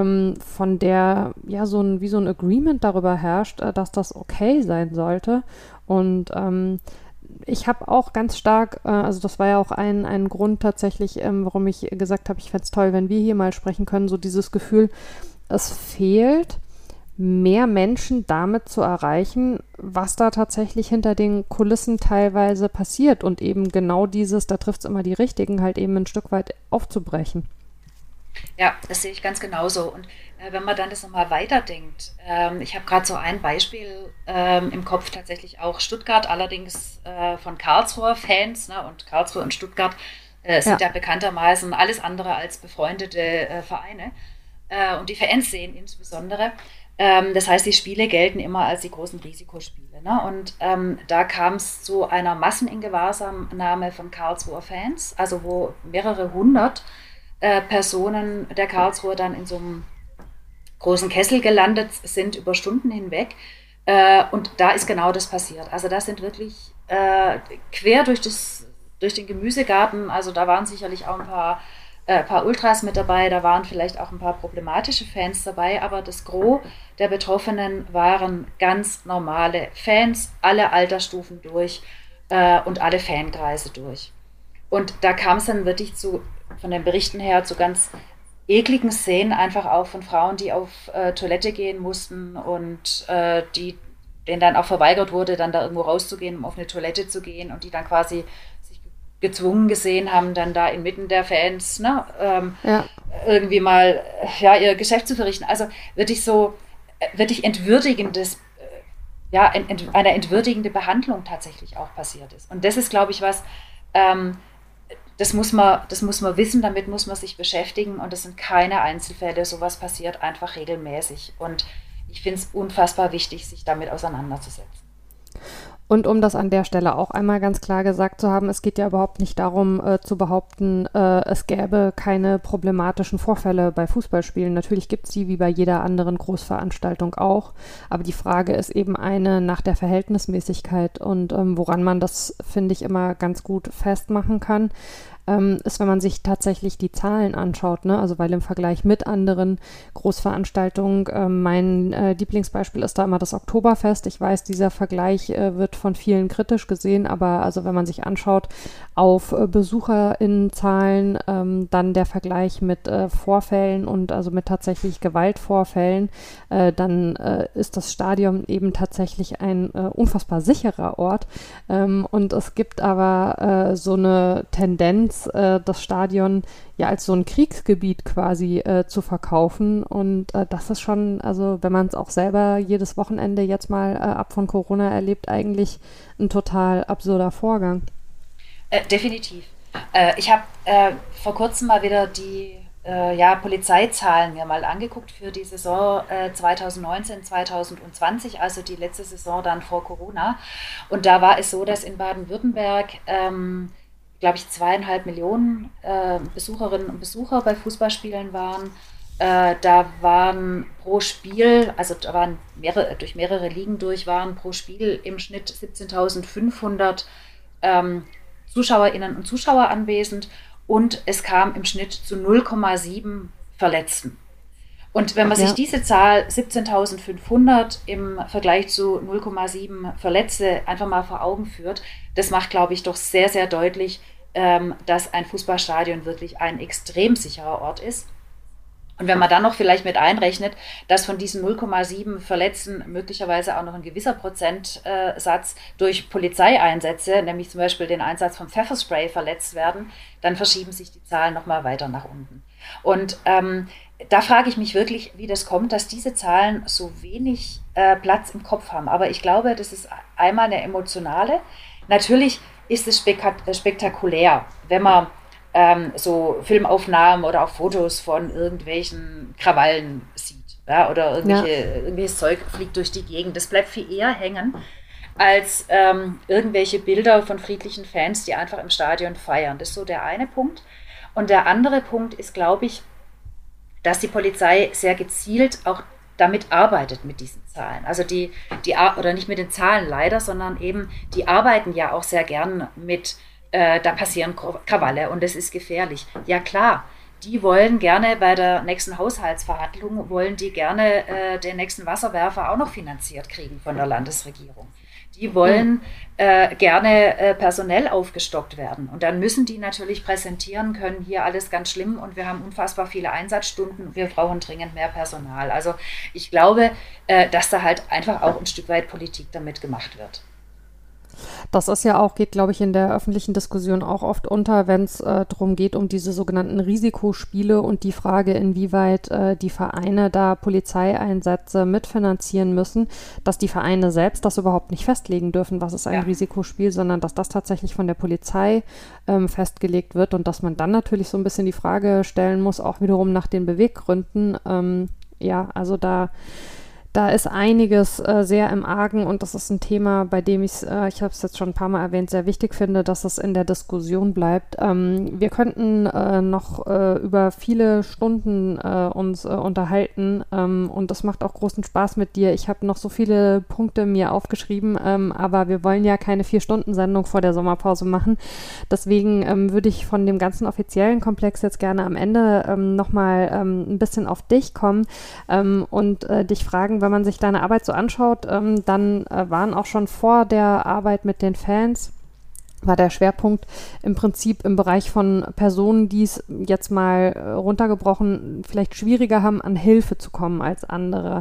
Speaker 3: von der wie so ein Agreement darüber herrscht, dass das okay sein sollte. Und ich habe auch ganz stark, also das war ja auch ein Grund tatsächlich, warum ich gesagt habe, ich fände es toll, wenn wir hier mal sprechen können, so dieses Gefühl, es fehlt, mehr Menschen damit zu erreichen, was da tatsächlich hinter den Kulissen teilweise passiert und eben genau dieses, da trifft es immer die Richtigen, halt eben ein Stück weit aufzubrechen.
Speaker 4: Ja, das sehe ich ganz genauso. Und wenn man dann das nochmal weiterdenkt, ich habe gerade so ein Beispiel im Kopf, tatsächlich auch Stuttgart, allerdings von Karlsruher Fans, ne? Und Karlsruhe und Stuttgart sind ja bekanntermaßen alles andere als befreundete Vereine und die Fans sehen insbesondere. Das heißt, die Spiele gelten immer als die großen Risikospiele. Ne? Und da kam es zu einer Masseningewahrsamnahme von Karlsruher Fans, also wo mehrere hundert Personen der Karlsruher dann in so einem großen Kessel gelandet sind über Stunden hinweg. Und da ist genau das passiert. Also das sind wirklich quer durch den Gemüsegarten, also da waren sicherlich auch ein paar Ultras mit dabei, da waren vielleicht auch ein paar problematische Fans dabei, aber das Gros der Betroffenen waren ganz normale Fans, alle Altersstufen durch und alle Fankreise durch. Und da kam es dann wirklich von den Berichten her zu ganz ekligen Szenen, einfach auch von Frauen, die auf Toilette gehen mussten und denen dann auch verweigert wurde, dann da irgendwo rauszugehen, um auf eine Toilette zu gehen, und die dann quasi gezwungen gesehen haben, dann da inmitten der Fans irgendwie mal ihr Geschäft zu verrichten. Also wirklich entwürdigendes, eine entwürdigende Behandlung tatsächlich auch passiert ist. Und das ist, glaube ich, was, das muss man wissen, damit muss man sich beschäftigen, und das sind keine Einzelfälle, sowas passiert einfach regelmäßig. Und ich finde es unfassbar wichtig, sich damit auseinanderzusetzen.
Speaker 3: Und um das an der Stelle auch einmal ganz klar gesagt zu haben, es geht ja überhaupt nicht darum zu behaupten, es gäbe keine problematischen Vorfälle bei Fußballspielen. Natürlich gibt es die wie bei jeder anderen Großveranstaltung auch, aber die Frage ist eben eine nach der Verhältnismäßigkeit, und woran man das, finde ich, immer ganz gut festmachen kann, ist, wenn man sich tatsächlich die Zahlen anschaut, ne? Also weil im Vergleich mit anderen Großveranstaltungen, mein Lieblingsbeispiel ist da immer das Oktoberfest. Ich weiß, dieser Vergleich wird von vielen kritisch gesehen, aber also wenn man sich anschaut auf BesucherInnenzahlen, dann der Vergleich mit Vorfällen und also mit tatsächlich Gewaltvorfällen, dann ist das Stadion eben tatsächlich ein unfassbar sicherer Ort, und es gibt aber so eine Tendenz, das Stadion ja als so ein Kriegsgebiet quasi zu verkaufen, und das ist schon, also wenn man es auch selber jedes Wochenende jetzt mal ab von Corona erlebt, eigentlich ein total absurder Vorgang.
Speaker 4: Definitiv. Ich habe vor kurzem mal wieder die Polizeizahlen mir mal angeguckt für die Saison 2019, 2020, also die letzte Saison dann vor Corona. Und da war es so, dass in Baden-Württemberg glaube ich, 2,5 Millionen Besucherinnen und Besucher bei Fußballspielen waren. Da waren pro Spiel, also da waren durch mehrere Ligen waren pro Spiel im Schnitt 17.500 ZuschauerInnen und Zuschauer anwesend, und es kam im Schnitt zu 0,7 Verletzten. Und wenn man sich diese Zahl 17.500 im Vergleich zu 0,7 Verletzte einfach mal vor Augen führt, das macht, glaube ich, doch sehr, sehr deutlich, dass ein Fußballstadion wirklich ein extrem sicherer Ort ist. Und wenn man dann noch vielleicht mit einrechnet, dass von diesen 0,7 Verletzten möglicherweise auch noch ein gewisser Prozentsatz durch Polizeieinsätze, nämlich zum Beispiel den Einsatz von Pfefferspray, verletzt werden, dann verschieben sich die Zahlen nochmal weiter nach unten. Und da frage ich mich wirklich, wie das kommt, dass diese Zahlen so wenig Platz im Kopf haben. Aber ich glaube, das ist einmal eine emotionale. Natürlich ist es spektakulär, wenn man so Filmaufnahmen oder auch Fotos von irgendwelchen Krawallen sieht, ja, oder irgendwelches Zeug fliegt durch die Gegend. Das bleibt viel eher hängen als irgendwelche Bilder von friedlichen Fans, die einfach im Stadion feiern. Das ist so der eine Punkt. Und der andere Punkt ist, glaube ich, dass die Polizei sehr gezielt auch damit arbeitet mit diesen Zahlen. Also oder nicht mit den Zahlen leider, sondern eben, die arbeiten ja auch sehr gern mit da passieren Krawalle und das ist gefährlich. Ja klar, die wollen gerne bei der nächsten Haushaltsverhandlung, den nächsten Wasserwerfer auch noch finanziert kriegen von der Landesregierung. Die wollen gerne personell aufgestockt werden. Und dann müssen die natürlich präsentieren können, hier alles ganz schlimm und wir haben unfassbar viele Einsatzstunden und wir brauchen dringend mehr Personal. Also ich glaube, dass da halt einfach auch ein Stück weit Politik damit gemacht wird.
Speaker 3: Das ist ja auch, geht, glaube ich, in der öffentlichen Diskussion auch oft unter, wenn es darum geht, um diese sogenannten Risikospiele und die Frage, inwieweit die Vereine da Polizeieinsätze mitfinanzieren müssen, dass die Vereine selbst das überhaupt nicht festlegen dürfen, was ist ein Risikospiel, sondern dass das tatsächlich von der Polizei festgelegt wird und dass man dann natürlich so ein bisschen die Frage stellen muss, auch wiederum nach den Beweggründen. Also da ist einiges sehr im Argen und das ist ein Thema, bei dem ich habe es jetzt schon ein paar Mal erwähnt, sehr wichtig finde, dass es in der Diskussion bleibt. Wir könnten noch über viele Stunden uns unterhalten und das macht auch großen Spaß mit dir. Ich habe noch so viele Punkte mir aufgeschrieben, aber wir wollen ja keine 4-Stunden-Sendung vor der Sommerpause machen. Deswegen würde ich von dem ganzen offiziellen Komplex jetzt gerne am Ende nochmal ein bisschen auf dich kommen und dich fragen, wenn man sich deine Arbeit so anschaut, dann waren auch schon vor der Arbeit mit den Fans, war der Schwerpunkt im Prinzip im Bereich von Personen, die es jetzt mal runtergebrochen vielleicht schwieriger haben, an Hilfe zu kommen als andere.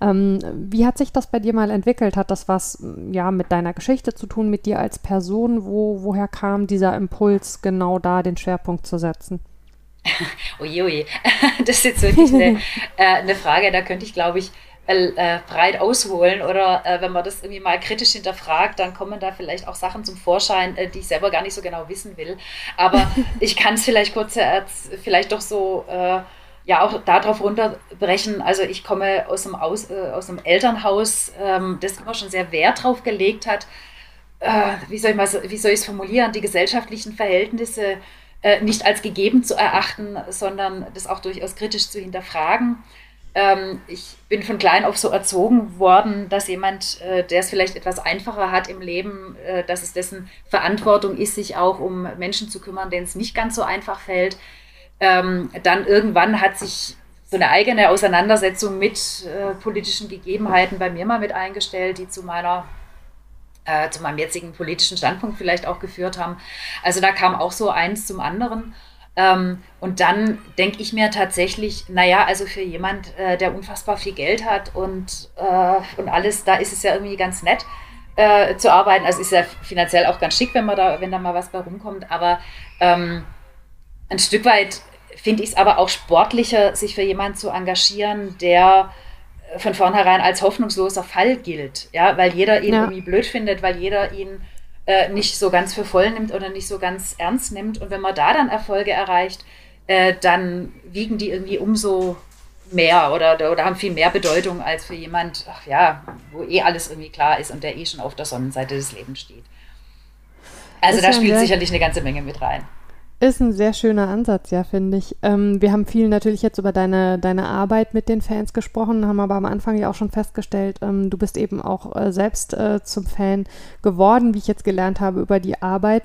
Speaker 3: Wie hat sich das bei dir mal entwickelt? Hat das was mit deiner Geschichte zu tun, mit dir als Person? Woher kam dieser Impuls, genau da den Schwerpunkt zu setzen?
Speaker 4: Uiui, das ist jetzt wirklich eine Frage, da könnte ich, glaube ich, breit ausholen oder wenn man das irgendwie mal kritisch hinterfragt, dann kommen da vielleicht auch Sachen zum Vorschein, die ich selber gar nicht so genau wissen will. Aber ich kann es vielleicht kurz vielleicht doch so auch darauf runterbrechen. Also ich komme aus einem Elternhaus, das immer schon sehr Wert drauf gelegt hat, wie soll ich es formulieren, die gesellschaftlichen Verhältnisse nicht als gegeben zu erachten, sondern das auch durchaus kritisch zu hinterfragen. Ich bin von klein auf so erzogen worden, dass jemand, der es vielleicht etwas einfacher hat im Leben, dass es dessen Verantwortung ist, sich auch um Menschen zu kümmern, denen es nicht ganz so einfach fällt. Dann irgendwann hat sich so eine eigene Auseinandersetzung mit politischen Gegebenheiten bei mir mal mit eingestellt, die zu meinem jetzigen politischen Standpunkt vielleicht auch geführt haben. Also da kam auch so eins zum anderen. Und dann denke ich mir tatsächlich, also für jemand, der unfassbar viel Geld hat und alles, da ist es ja irgendwie ganz nett zu arbeiten. Also ist ja finanziell auch ganz schick, wenn da mal was bei rumkommt. Aber ein Stück weit finde ich es aber auch sportlicher, sich für jemanden zu engagieren, der von vornherein als hoffnungsloser Fall gilt, ja, weil jeder ihn irgendwie blöd findet, weil jeder ihn nicht so ganz für voll nimmt oder nicht so ganz ernst nimmt. Und wenn man da dann Erfolge erreicht, dann wiegen die irgendwie umso mehr oder haben viel mehr Bedeutung als für jemand, wo alles irgendwie klar ist und der schon auf der Sonnenseite des Lebens steht. Also da spielt sicherlich eine ganze Menge mit rein.
Speaker 3: Ist ein sehr schöner Ansatz, ja, finde ich. Wir haben viel natürlich jetzt über deine Arbeit mit den Fans gesprochen, haben aber am Anfang ja auch schon festgestellt, du bist eben auch selbst zum Fan geworden, wie ich jetzt gelernt habe, über die Arbeit.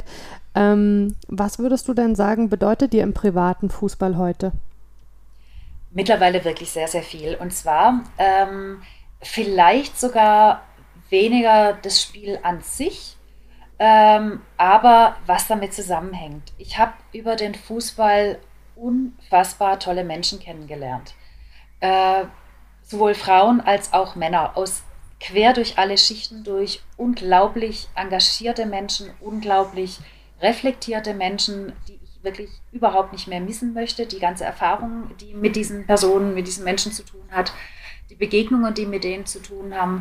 Speaker 3: Was würdest du denn sagen, bedeutet dir im privaten Fußball heute?
Speaker 4: Mittlerweile wirklich sehr, sehr viel. Und zwar vielleicht sogar weniger das Spiel an sich, aber was damit zusammenhängt. Ich habe über den Fußball unfassbar tolle Menschen kennengelernt. Sowohl Frauen als auch Männer, quer durch alle Schichten durch, unglaublich engagierte Menschen, unglaublich reflektierte Menschen, die ich wirklich überhaupt nicht mehr missen möchte. Die ganze Erfahrung, die mit diesen Personen, mit diesen Menschen zu tun hat, die Begegnungen, die mit denen zu tun haben.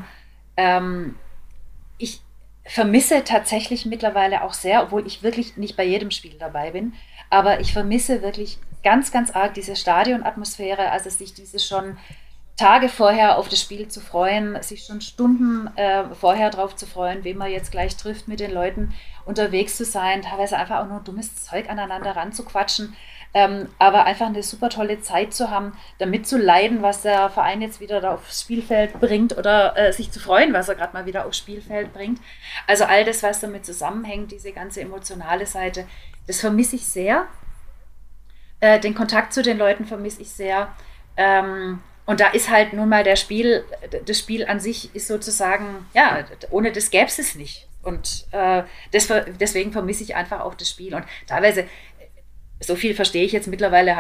Speaker 4: Ich vermisse tatsächlich mittlerweile auch sehr, obwohl ich wirklich nicht bei jedem Spiel dabei bin, aber ich vermisse wirklich ganz, ganz arg diese Stadionatmosphäre, also sich diese schon Tage vorher auf das Spiel zu freuen, sich schon Stunden vorher drauf zu freuen, wen man jetzt gleich trifft, mit den Leuten unterwegs zu sein, teilweise einfach auch nur dummes Zeug aneinander ranzuquatschen, aber einfach eine super tolle Zeit zu haben, damit zu leiden, was der Verein jetzt wieder da aufs Spielfeld bringt oder sich zu freuen, was er gerade mal wieder aufs Spielfeld bringt. Also all das, was damit zusammenhängt, diese ganze emotionale Seite, das vermisse ich sehr. Den Kontakt zu den Leuten vermisse ich sehr. Und da ist halt nun mal das Spiel an sich ist sozusagen, ja, ohne das gäbe es nicht. Und deswegen vermisse ich einfach auch das Spiel. Und teilweise, so viel verstehe ich jetzt mittlerweile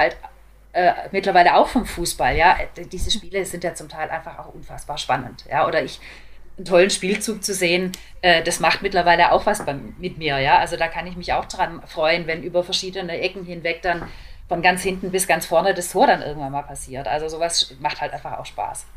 Speaker 4: auch vom Fußball, ja. Diese Spiele sind ja zum Teil einfach auch unfassbar spannend, ja. Oder einen tollen Spielzug zu sehen, das macht mittlerweile auch was mit mir, ja. Also da kann ich mich auch dran freuen, wenn über verschiedene Ecken hinweg dann von ganz hinten bis ganz vorne das Tor dann irgendwann mal passiert. Also sowas macht halt einfach auch Spaß.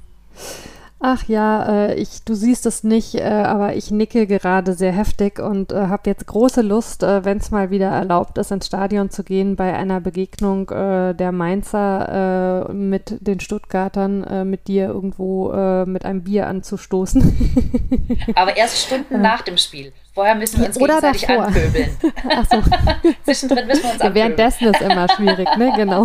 Speaker 3: Ach ja, du siehst es nicht, aber ich nicke gerade sehr heftig und habe jetzt große Lust, wenn es mal wieder erlaubt ist, ins Stadion zu gehen, bei einer Begegnung der Mainzer mit den Stuttgartern, mit dir irgendwo mit einem Bier anzustoßen.
Speaker 4: Aber erst Stunden nach dem Spiel. Vorher müssen wir uns gegenseitig anpöbeln.
Speaker 3: Ach so.
Speaker 4: Zwischendrin müssen wir uns anpöbeln.
Speaker 3: Währenddessen ist immer schwierig, ne? Genau.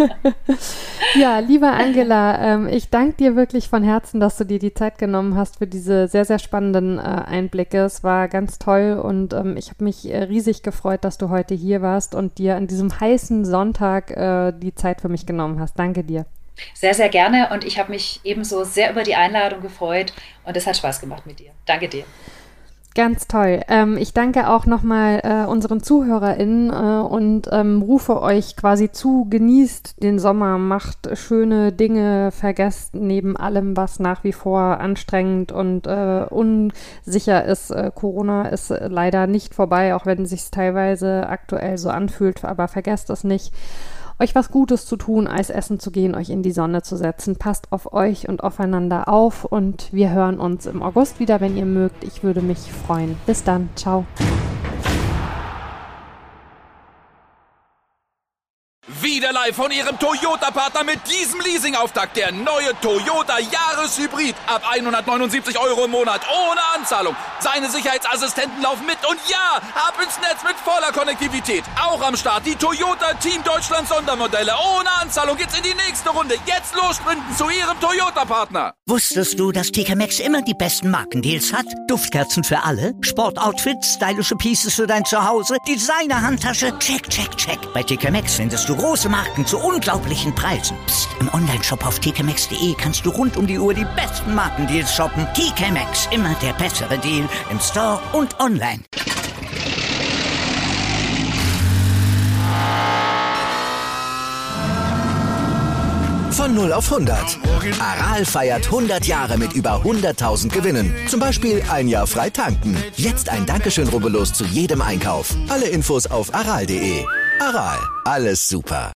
Speaker 3: Ja, liebe Angela, ich danke dir wirklich von Herzen, dass du dir die Zeit genommen hast für diese sehr, sehr spannenden Einblicke. Es war ganz toll und ich habe mich riesig gefreut, dass du heute hier warst und dir an diesem heißen Sonntag die Zeit für mich genommen hast. Danke dir.
Speaker 4: Sehr, sehr gerne und ich habe mich ebenso sehr über die Einladung gefreut und es hat Spaß gemacht mit dir. Danke dir.
Speaker 3: Ganz toll. Ich danke auch nochmal unseren ZuhörerInnen und rufe euch quasi zu, genießt den Sommer, macht schöne Dinge, vergesst neben allem, was nach wie vor anstrengend und unsicher ist. Corona ist leider nicht vorbei, auch wenn es sich teilweise aktuell so anfühlt, aber vergesst es nicht. Euch was Gutes zu tun, Eis essen zu gehen, euch in die Sonne zu setzen. Passt auf euch und aufeinander auf und wir hören uns im August wieder, wenn ihr mögt. Ich würde mich freuen. Bis dann. Ciao.
Speaker 5: Wieder live von Ihrem Toyota-Partner mit diesem Leasing-Auftakt. Der neue Toyota Jahreshybrid. Ab 179 € im Monat. Ohne Anzahlung. Seine Sicherheitsassistenten laufen mit. Und ja, ab ins Netz mit voller Konnektivität. Auch am Start die Toyota Team Deutschland Sondermodelle. Ohne Anzahlung geht's in die nächste Runde. Jetzt los sprinten zu Ihrem Toyota-Partner.
Speaker 1: Wusstest du, dass TK Maxx immer die besten Markendeals hat? Duftkerzen für alle, Sportoutfits, stylische Pieces für dein Zuhause, Designer-Handtasche, check, check, check. Bei TK Maxx findest du große Marken zu unglaublichen Preisen. Psst. Im Onlineshop auf tkmaxx.de kannst du rund um die Uhr die besten Markendeals shoppen. TK Maxx, immer der bessere Deal im Store und online.
Speaker 2: Von 0 auf 100. Aral feiert 100 Jahre mit über 100.000 Gewinnen. Zum Beispiel ein Jahr frei tanken. Jetzt ein Dankeschön, rubbellos zu jedem Einkauf. Alle Infos auf aral.de. Aral, alles super.